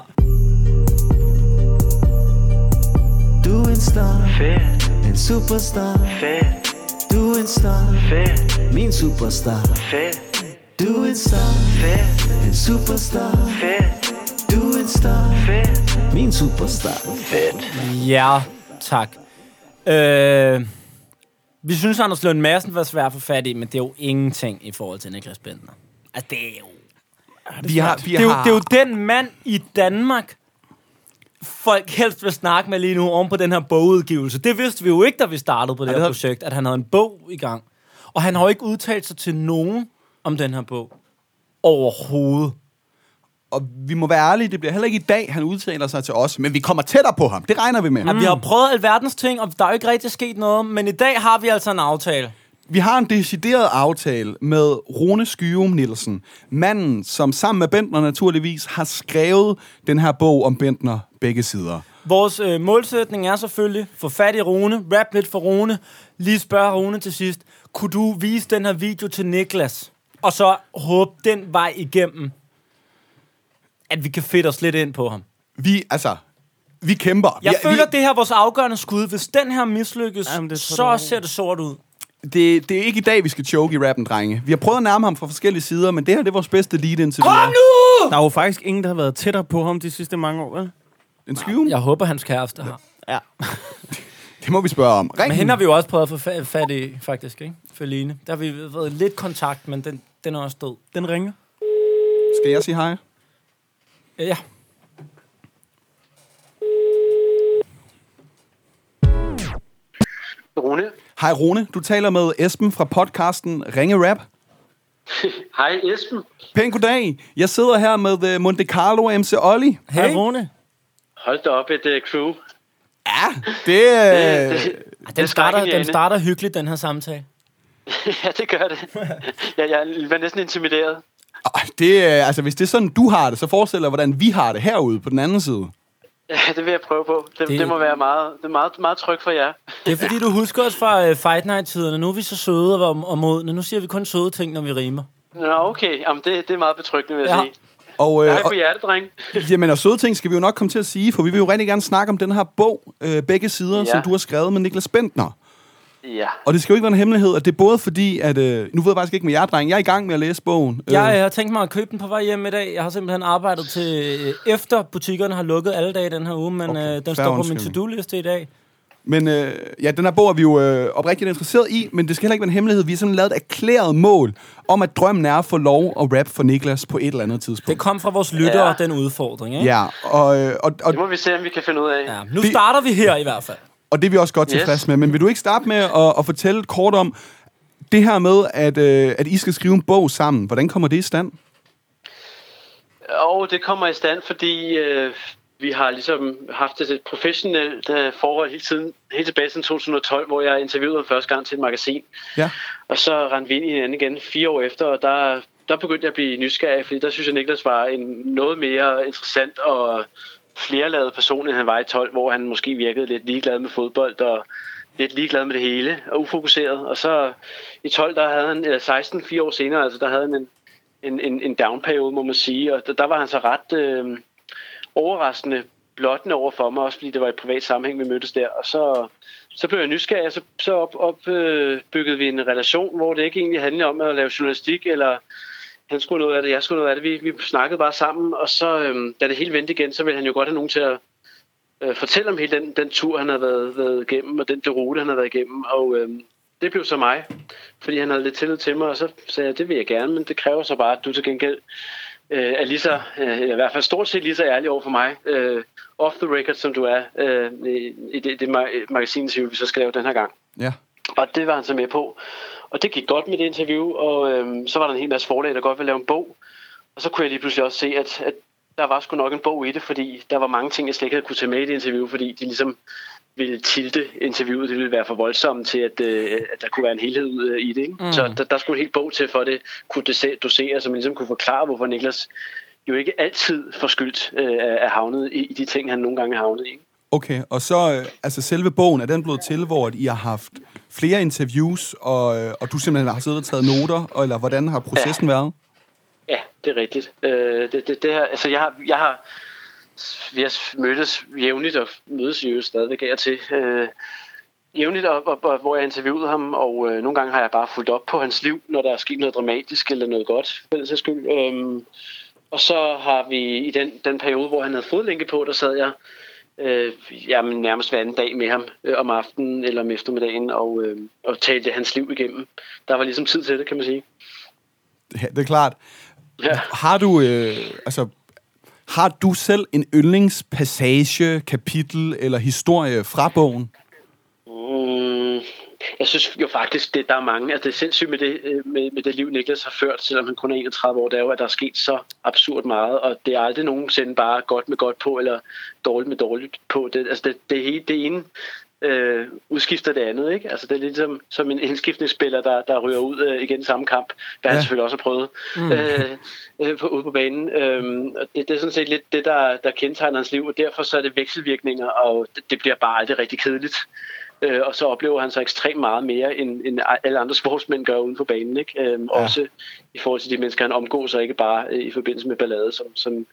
Du er en star, Fedt, en superstar. fedt, Du er en star, fedt, min superstar. fedt, Du er en star, fedt, en superstar. fedt, Du er en star, fedt, min superstar. fedt. Ja, tak. Øh, vi synes, Anders Lund Madsen var svær at få fat i, men det er jo ingenting i forhold til Niklas Bentner. Altså, det er jo... Vi har, vi Det er, jo, har, det er jo den mand i Danmark, folk helst vil snakke med lige nu oven på den her bogudgivelse. Det vidste vi jo ikke, da vi startede på det Ja, her det havde- projekt, at han havde en bog i gang. Og han har jo ikke udtalt sig til nogen om den her bog. Overhovedet. og vi må være ærlige, det bliver heller ikke i dag, han udtaler sig til os, men vi kommer tættere på ham. Det regner vi med. Ja, vi har prøvet alverdens ting, og der er jo ikke rigtig sket noget, men i dag har vi altså en aftale. Vi har en decideret aftale med Rune Skyum Nielsen, manden, som sammen med Bentner naturligvis har skrevet den her bog om Bentner begge sider. Vores øh, målsætning er selvfølgelig, få fat i Rune, rap lidt for Rune, lige spørge Rune til sidst, kunne du vise den her video til Niklas? Og så håbe den vej igennem at vi kan fedte os lidt ind på ham. Vi, altså, vi kæmper. Jeg vi, føler, vi, det her er vores afgørende skud. Hvis den her mislykkes, Jamen, det så tror du. ser det sort ud. det, det er ikke i dag, vi skal choke i rappen, drenge. Vi har prøvet at nærme ham fra forskellige sider, men det her det er vores bedste lead indtil videre. Kom nu! Der er jo faktisk ingen, der har været tættere på ham de sidste mange år, vel? En skyven? Jeg håber, hans kæreste har. Ja. Det må vi spørge om. Ring. Men hende har vi jo også prøvet at få fa- fat i, faktisk, ikke? Feline. Der har vi været lidt kontakt, men den, den er også død. Den ringer. Skal jeg sige hej? Ja. Rune. Hej Rune, du taler med Esben fra podcasten Ringe Rap. Hej Esben. Pæn goddag. Jeg sidder her med uh, Monte Carlo og M C Olli. Hej hey. Rune. Hold da op et uh, crew. Ja, det... Uh... det, det, det den, starter, den starter hyggeligt, den her samtale. Ja, det gør det. jeg, jeg var næsten intimideret. Det, uh, altså, hvis det er sådan, du har det, så forestil dig, hvordan vi har det herude på den anden side. Ja, det vil jeg prøve på. Det, det... det må være meget, det er meget, meget trygt for jer. Det er fordi, du husker os fra uh, Fight Night-tiderne. Nu er vi så søde og, og modne. Nu siger vi kun søde ting, når vi rimer. Nå, okay. Jamen, det, det er meget betryggende, vil jeg ja. sige. Og, øh, Hej på hjertet, dreng. Jamen, og søde ting skal vi jo nok komme til at sige, for vi vil jo rigtig gerne snakke om den her bog, øh, begge sider, ja. som du har skrevet med Niklas Bentner. Ja. Og det skal jo ikke være en hemmelighed, at det er både fordi, at... Øh, nu ved jeg faktisk ikke med jer, dreng. Jeg er i gang med at læse bogen. Jeg øh, har tænkt mig at købe den på vej hjem i dag. Jeg har simpelthen arbejdet til øh, efter butikkerne har lukket alle dage den her uge, men okay, øh, den står på min to-do-liste i dag. Men øh, ja, den her bog er vi jo øh, oprigtigt interesseret i, men det skal heller ikke være en hemmelighed. Vi har simpelthen lavet et erklæret mål om, at drømmen er at få lov at rap for Niklas på et eller andet tidspunkt. Det kom fra vores lyttere, ja. den udfordring, ikke? Ja, og, øh, og, og... Det må vi se, om vi kan finde ud af. Ja, nu det, starter vi her i hvert fald. Og det er vi også godt tilfreds yes. med. Men vil du ikke starte med at, at fortælle et kort om det her med, at, øh, at I skal skrive en bog sammen? Hvordan kommer det i stand? Og det kommer i stand, fordi... Øh Vi har ligesom haft et professionelt uh, forhold hele tiden, helt tilbage til to tusind og tolv, hvor jeg interviewede første gang til et magasin. Ja. Og så rendte vi ind i hinanden igen fire år efter, og der, der begyndte jeg at blive nysgerrig, fordi der synes jeg, Niklas var en noget mere interessant og flerladet person, end han var i tolv, hvor han måske virkede lidt ligeglad med fodbold og lidt ligeglad med det hele og ufokuseret. Og så i tolv, der havde han, eller seksten, fire år senere, altså der havde han en, en, en, en down-periode, må man sige, og der, der var han så ret... Øh, overraskende blottende over for mig, også fordi det var i privat sammenhæng, vi mødtes der. Og så, så blev jeg nysgerrig, og så, så op, op, øh, byggede vi en relation, hvor det ikke egentlig handlede om at lave journalistik, eller han skulle noget af det, jeg skulle noget af det. Vi, vi snakkede bare sammen, og så, øh, da det hele vendte igen, så ville han jo godt have nogen til at øh, fortælle om hele den, den tur, han havde været, været igennem, og den rute, han havde været igennem. Og øh, det blev så mig, fordi han havde lidt tillid til mig, og så sagde jeg, det vil jeg gerne, men det kræver så bare, at du til gengæld Øh, er lige så, øh, i hvert fald stort set lige så ærlig over for mig, øh, off the record, som du er, øh, i, i det, det mag- magasinterview, vi så skrev den her gang. Ja. Og det var han så med på. Og det gik godt med det interview, og øh, så var der en hel masse forlag, der godt ville lave en bog. Og så kunne jeg lige pludselig også se, at, at der var sgu nok en bog i det, fordi der var mange ting, jeg slet ikke havde kunne tage med i det interview, fordi de ligesom ville tilte interviewet, det ville være for voldsomt til, at, øh, at der kunne være en helhed ud øh, i det. Ikke? Mm. Så der, der skulle en helt bog til, for at det kunne dosere, så man ligesom kunne forklare, hvorfor Niklas jo ikke altid forskyldt øh, er havnet i, i de ting, han nogle gange er havnet i. Okay, og så øh, altså selve bogen, er den blevet til, hvor I har haft flere interviews, og, øh, og du simpelthen har siddet og taget noter, eller hvordan har processen ja. været? Ja, det er rigtigt. Øh, det, det, det her, altså jeg har... Jeg har Vi har mødtes jævnligt og mødes jo stadigvæk af og til. Øh, jævnligt, og, og, og, hvor jeg interviewede ham, og øh, nogle gange har jeg bare fulgt op på hans liv, når der er sket noget dramatisk eller noget godt, for den sags skyld. Øhm, og så har vi i den, den periode, hvor han havde fodlænke på, der sad jeg øh, jamen, nærmest hver anden dag med ham øh, om aftenen eller om eftermiddagen og, øh, og talte hans liv igennem. Der var ligesom tid til det, kan man sige. Ja, det er klart. Ja. Har du, øh, altså... Har du selv en yndlingspassage, kapitel eller historie fra bogen? Mm, jeg synes jo faktisk, det der er mange. Altså det er sindssygt med det, med, med det liv, Niklas har ført, selvom han kun er enogtredive år. Det er jo, at der er sket så absurd meget, og det er aldrig nogensinde bare godt med godt på, eller dårligt med dårligt på. Det, altså det, det, hele, det ene øh, udskifter det andet, ikke? Altså det er lidt som, som en indskiftningsspiller, der, der ryger ud øh, igen i samme kamp, hvad ja. han selvfølgelig også har prøvet mm. øh, øh, på, ude på banen. Øhm, det, det er sådan set lidt det, der, der kendetegner hans liv, og derfor så er det vekselvirkninger, og det, det bliver bare aldrig rigtig kedeligt. Øh, og så oplever han så ekstremt meget mere, end, end alle andre sportsmænd gør uden på banen, ikke? Øhm, ja. Også i forhold til de mennesker, han omgås, og ikke bare øh, i forbindelse med ballade, som, som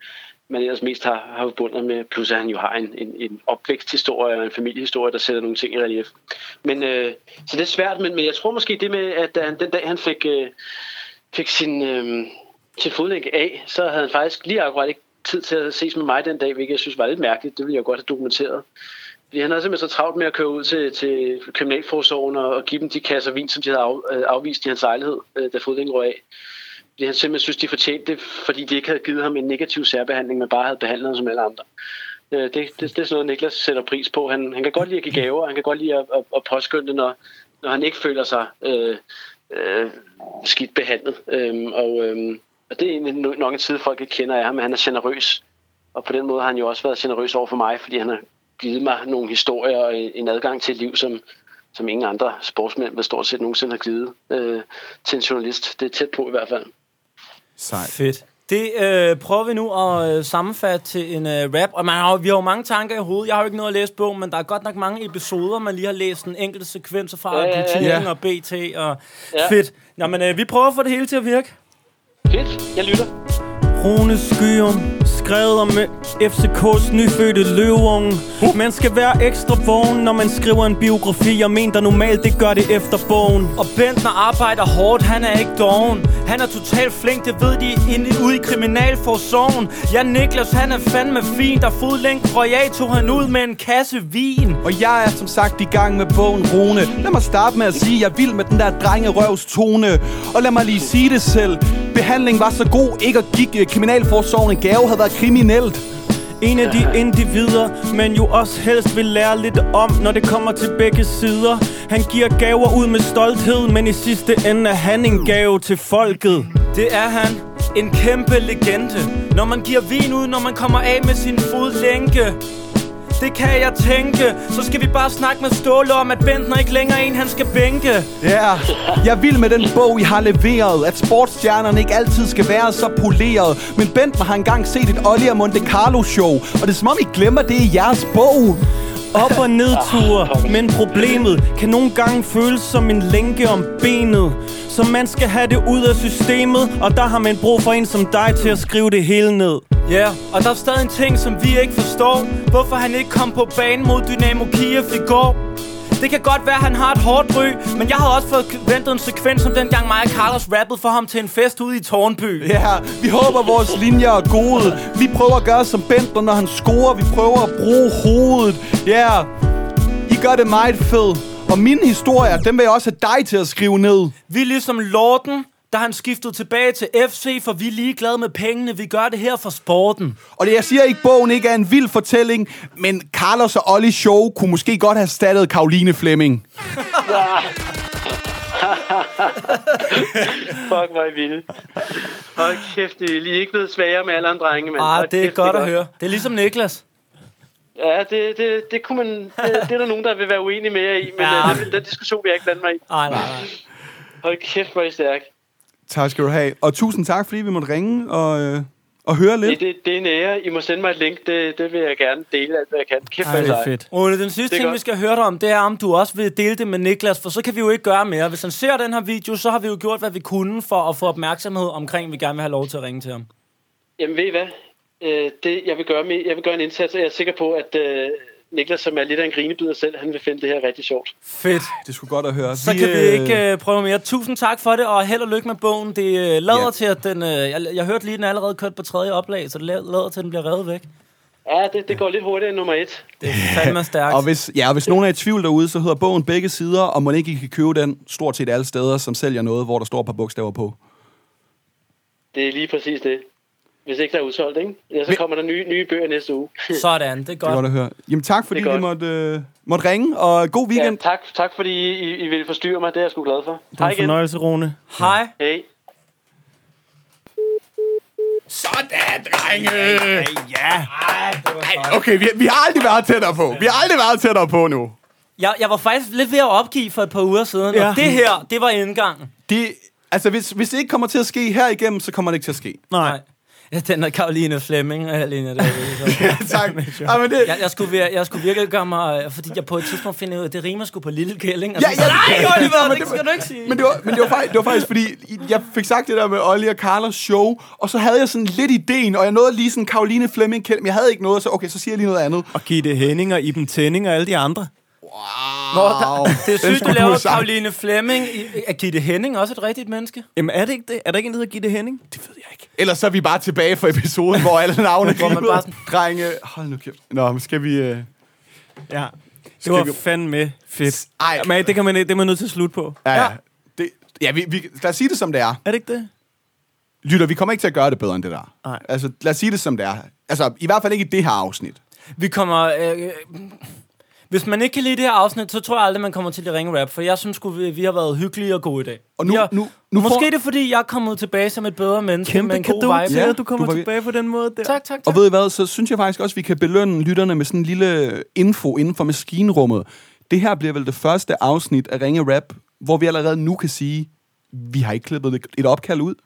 man ellers mest har, har forbundet med. Plus at han jo har en, en, en opvæksthistorie og en familiehistorie, der sætter nogle ting i relief. Men, øh, så det er svært, men, men jeg tror måske det med, at han, den dag han fik, øh, fik sin, øh, sin fodlænke af, så havde han faktisk lige akkurat ikke tid til at ses med mig den dag, hvilket jeg synes var lidt mærkeligt. Det ville jeg godt have dokumenteret. Fordi han havde simpelthen så travlt med at køre ud til, til kriminalforsorgen og, og give dem de kasser vin, som de havde af, øh, afvist i hans lejlighed, øh, da fodlænken røg af. Fordi han simpelthen synes, de fortjente det, fordi de ikke havde givet ham en negativ særbehandling, men bare havde behandlet ham som alle andre. Øh, det, det, det er sådan noget, Niklas sætter pris på. Han, han kan godt lide at give gaver, han kan godt lide at, at, at påskynde, når, når han ikke føler sig øh, øh, skidt behandlet. Øh, og, øh, og det er egentlig nok en tid, folk ikke kender af ham, men han er generøs. Og på den måde har han jo også været generøs over for mig, fordi han har givet mig nogle historier og en adgang til et liv, som, som ingen andre sportsmænd vil stort set nogensinde har givet øh, til en journalist. Det er tæt på i hvert fald. Sejt. Fedt. Det øh, prøver vi nu at øh, sammenfatte til en øh, rap. Og man har, vi har jo mange tanker i hovedet. Jeg har jo ikke noget at læse bogen, men der er godt nok mange episoder, man lige har læst en enkelte sekvenser fra. Ja, ja, ja, ja. Og B T og ja. Fedt. Jamen, øh, vi prøver at få det hele til at virke. Fedt. Jeg lytter. Rune Skyum, skrevet om F C K's nyfødte løveunge. Man skal være ekstra vågen, når man skriver en biografi. Jeg mener normalt, det gør det efter bogen. Og Bentner arbejder hårdt, han er ikke doven. Han er totalt flink, det ved de inde ude i kriminalforsorgen. Ja, Niklas, han er fandme fin. Der fodlænk royal tog han ud med en kasse vin. Og jeg er som sagt i gang med bogen, Rune. Lad mig starte med at sige, at jeg er vild med den der drengerøvs tone. Og lad mig lige sige det selv. Behandling var så god, ikke at give kriminalforsorgen en gave havde været kriminelt. En af de individer, man jo også helst vil lære lidt om, når det kommer til begge sider. Han giver gaver ud med stolthed, men i sidste ende er han en gave til folket. Det er han, en kæmpe legende. Når man giver vin ud, når man kommer af med sin fodlænke. Det kan jeg tænke. Så skal vi bare snakke med Ståle om, at Bentner ikke længere er en, han skal bænke. Ja, yeah. Jeg vil med den bog, I har leveret. At sportsstjernerne ikke altid skal være så poleret. Men Bentner har engang set et Olli og Monte Carlo show. Og det er som om I glemmer det i jeres bog. Op- og nedture, men problemet kan nogle gange føles som en lænke om benet. Så man skal have det ud af systemet, og der har man brug for en som dig til at skrive det hele ned. Ja, yeah, og der er stadig en ting, som vi ikke forstår. Hvorfor han ikke kom på banen mod Dynamo Kiev i går. Det kan godt være, at han har et hårdt ry, men jeg havde også forventet en sekvens, som dengang mig og Carlos rappede for ham til en fest ude i Tårnby. Ja, yeah, vi håber, vores linjer er gode. Vi prøver at gøre som Bentner, når han scorer. Vi prøver at bruge hovedet. Ja, yeah. I gør det meget fedt. Og mine historier, dem vil jeg også have dig til at skrive ned. Vi er ligesom Lorten, da han skiftede tilbage til F C, for vi er ligeglade med pengene. Vi gør det her for sporten. Og det, jeg siger ikke, bogen ikke er en vild fortælling, men Carlos og Olli show kunne måske godt have erstattet Caroline Fleming. Fuck, hvor er I vilde. Hold kæft, det er lige ikke blevet sværere med alle andre drenge, mand. Ah, det er kæft, godt det er at godt høre. Det er ligesom Niklas. Ja, det, det, det kunne man... Det, det er der nogen, der vil være uenige med jer i, men ja. det, den diskussion vil jeg ikke blande mig i. Nej, nej, nej. Hold kæft, hvor er I stærk. Tak skal du have. Og tusind tak, fordi vi måtte ringe og, øh, og høre lidt. Det, det, det er en ære. I må sende mig et link. Det, det vil jeg gerne dele alt, hvad jeg kan. Kæft, Ej, det er fedt. Ole, den sidste ting, godt. vi skal høre dig om, det er, om du også vil dele det med Niklas, for så kan vi jo ikke gøre mere. Hvis han ser den her video, så har vi jo gjort, hvad vi kunne for at få opmærksomhed omkring, at vi gerne vil have lov til at ringe til ham. Jamen, ved I hvad? Øh, det, jeg, vil gøre med, jeg vil gøre en indsats, og jeg er sikker på, at... Øh, Niklas, som er lidt af en grinebider selv, han vil finde det her rigtig sjovt. Fedt. Det skulle godt at høre. Så vi, kan vi ikke uh, prøve mere. Tusind tak for det, og held og lykke med bogen. Det uh, lader ja. til, at den... Uh, jeg, jeg hørte lige, den er allerede kørt på tredje oplag, så det lader til, at den bliver revet væk. Ja, det, det går lidt hurtigere end nummer et. Det er fandme stærkt. Og hvis, ja, og hvis nogen er i tvivl derude, så hedder bogen Begge Sider, og man ikke kan købe den stort set alle steder, som sælger noget, hvor der står et par bogstaver på. Det er lige præcis det. Hvis ikke der er udsolgt, ikke? Ja, så kommer der nye, nye bøger næste uge. Sådan, det er godt. Det er godt at høre. Jamen tak, fordi vi måtte, øh, måtte ringe, og god weekend. Ja, tak, tak fordi I, I ville forstyrre mig. Det er jeg sgu glad for. Det er en fornøjelse, Rune. Hej. Hej. Sådan, drenge! Ja. Ej, okay, vi, vi har aldrig været tættere på. Vi har aldrig været tættere på nu. Jeg, jeg var faktisk lidt ved at opgive for et par uger siden, ja. Og det her, det var indgangen. Det, altså, hvis, hvis det ikke kommer til at ske her igennem, så kommer det ikke til at ske. Nej. Ja, den er Caroline Fleming, Alene. Der, ja, tak. Ja, men det... jeg, jeg, skulle vir- jeg skulle virkelig gøre mig... Fordi jeg på et tidspunkt finder ud af, at det rimer sgu på Lille Kælling. Ja, ja, nej, Oliver, det, det skal du ikke sige. Men det var, men det var, faktisk, det var faktisk, fordi jeg fik sagt det der med Olli og Carlos show, og så havde jeg sådan lidt ideen, og jeg nåede lige sådan Caroline Fleming, men jeg havde ikke noget, så okay, så siger jeg lige noget andet. Og Gitte Henning og Iben Tænning og alle de andre. Wow. Nå, der, det er sygt, du laver Caroline Fleming. Er Gitte Henning også et rigtigt menneske? Jamen, er det ikke det? Er der ikke en, der hedder Gitte Henning? Det ved jeg ikke. Ellers så er vi bare tilbage fra episoden, hvor alle navne griber. Sådan... Drenge, hold nu kæft. Nå, men skal vi... Uh... Ja, det var vi... fandme fedt. Ej. Men det kan man, det er man nødt til at slutte på. Ja, ja. Det, ja vi, vi, lad os sige det, som det er. Er det ikke det? Lytter, vi kommer ikke til at gøre det bedre end det der. Nej. Altså, lad os sige det, som det er. Altså, i hvert fald ikke i det her afsnit. Vi kommer... Øh, Hvis man ikke kan lide det her afsnit, så tror jeg aldrig, man kommer til at ringe rap. For jeg synes vi, vi har været hyggelige og gode i dag. Og nu, har, nu, nu måske får... det er, fordi jeg er kommet tilbage som et bedre menneske. Kæmpe med en kado god vibe. til, Ja, at du kommer du var... tilbage på den måde der. Tak, tak, tak. Og ved I hvad, så synes jeg faktisk også, at vi kan belønne lytterne med sådan en lille info inden for maskinrummet. Det her bliver vel det første afsnit af Ringe Rap, hvor vi allerede nu kan sige, vi har ikke klippet et opkald ud.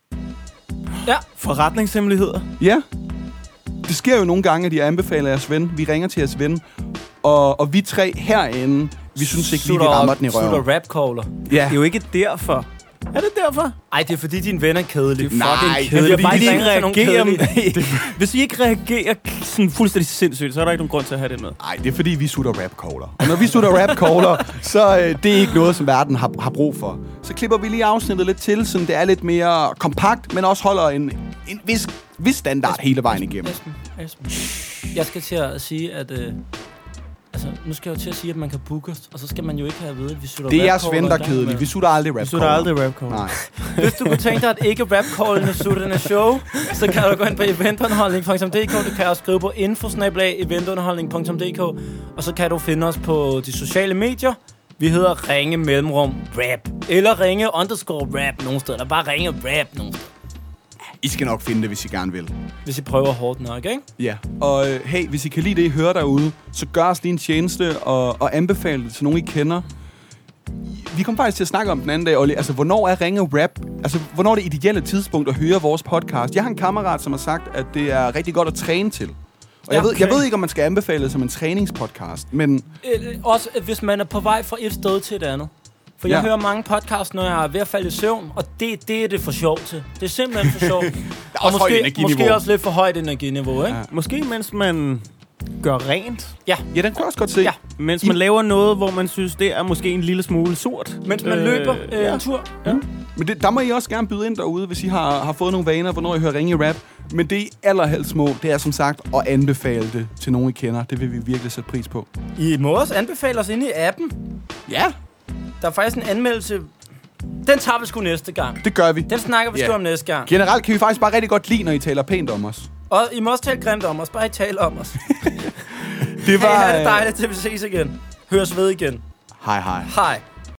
Ja. Forretningshemmeligheder. Ja. Det sker jo nogle gange, at de anbefaler jeres ven. Vi ringer til jeres ven. Og, og vi tre herinde, vi synes ikke lige, vi rammer den i røven. Slutter rap-caller. Ja. Det er jo ikke derfor. Er det derfor? Ej, det er fordi, din ven er kedelig. Nej, det er fordi, de ikke reagerer. Hvis I ikke reagerer sådan fuldstændig sindssygt, så er der ikke nogen grund til at have det med. Nej, det er fordi, vi sutter rap-caller. Og når vi sutter rap-caller, så øh, det er ikke noget, som verden har, har brug for. Så klipper vi lige afsnittet lidt til, så det er lidt mere kompakt, men også holder en, en vis, vis standard Esben, hele vejen igennem. Esben, Esben. Jeg skal til at sige, at... Øh, altså, nu skal jeg jo til at sige, at man kan booke os, og så skal man jo ikke have at vide, at vi sutter det er rap-caller. jeres ven, der er kedelig. Vi sutter aldrig rap-caller. Vi sutter aldrig rap-caller. Nej. Hvis du kunne tænke dig at ikke rap-callende suttende show, så kan du gå ind på eventunderholdning punktum d k. Du kan også skrive på info snabel-a eventunderholdning punktum d k. Og så kan du finde os på de sociale medier. Vi hedder Ringe Mellemrum Rap. Eller Ringe underscore Rap nogle steder. Eller bare Ringe Rap nogle steder. I skal nok finde det, hvis I gerne vil. Hvis I prøver hårdt nok, ikke? Ja. Og øh, hey, hvis I kan lide det, I hører derude, så gør os lige en tjeneste og, og anbefale det til nogen, I kender. Vi kom faktisk til at snakke om den anden dag, Olli. Altså, hvornår er Ringe Rap? Altså, hvornår er det ideelle tidspunkt at høre vores podcast? Jeg har en kammerat, som har sagt, at det er rigtig godt at træne til. Og ja, jeg, ved, okay. jeg ved ikke, om man skal anbefale det som en træningspodcast, men... Øh, også hvis man er på vej fra et sted til et andet. For jeg ja. hører mange podcasts, når jeg er ved at falde i søvn, og det, det er det for sjov til. Det er simpelthen for sjov. og måske, måske også lidt for højt energiniveau, ikke? Ja. Måske mens man gør rent. Ja. Ja, den kan jeg også godt se. Ja. Mens man I... laver noget, hvor man synes, det er måske en lille smule surt. Mens man øh, løber øh, ja. en tur. Ja. Men det, der må I også gerne byde ind derude, hvis I har, har fået nogle vaner, hvornår I hører Ringe Rap. Men det I allerhelst må, det er som sagt at anbefale det til nogen, I kender. Det vil vi virkelig sætte pris på. I må også anbefale os inde i appen. Ja. Der er faktisk en anmeldelse. Den tager vi sgu næste gang. Det gør vi. Den snakker vi yeah. sgu om næste gang. Generelt kan vi faktisk bare rigtig godt lide, når I taler pænt om os. Og I må også tale grimt om os. Bare ikke tale om os. Det var... Hey, det dejligt til vi ses igen. Høres ved igen. Hej hej. Hej.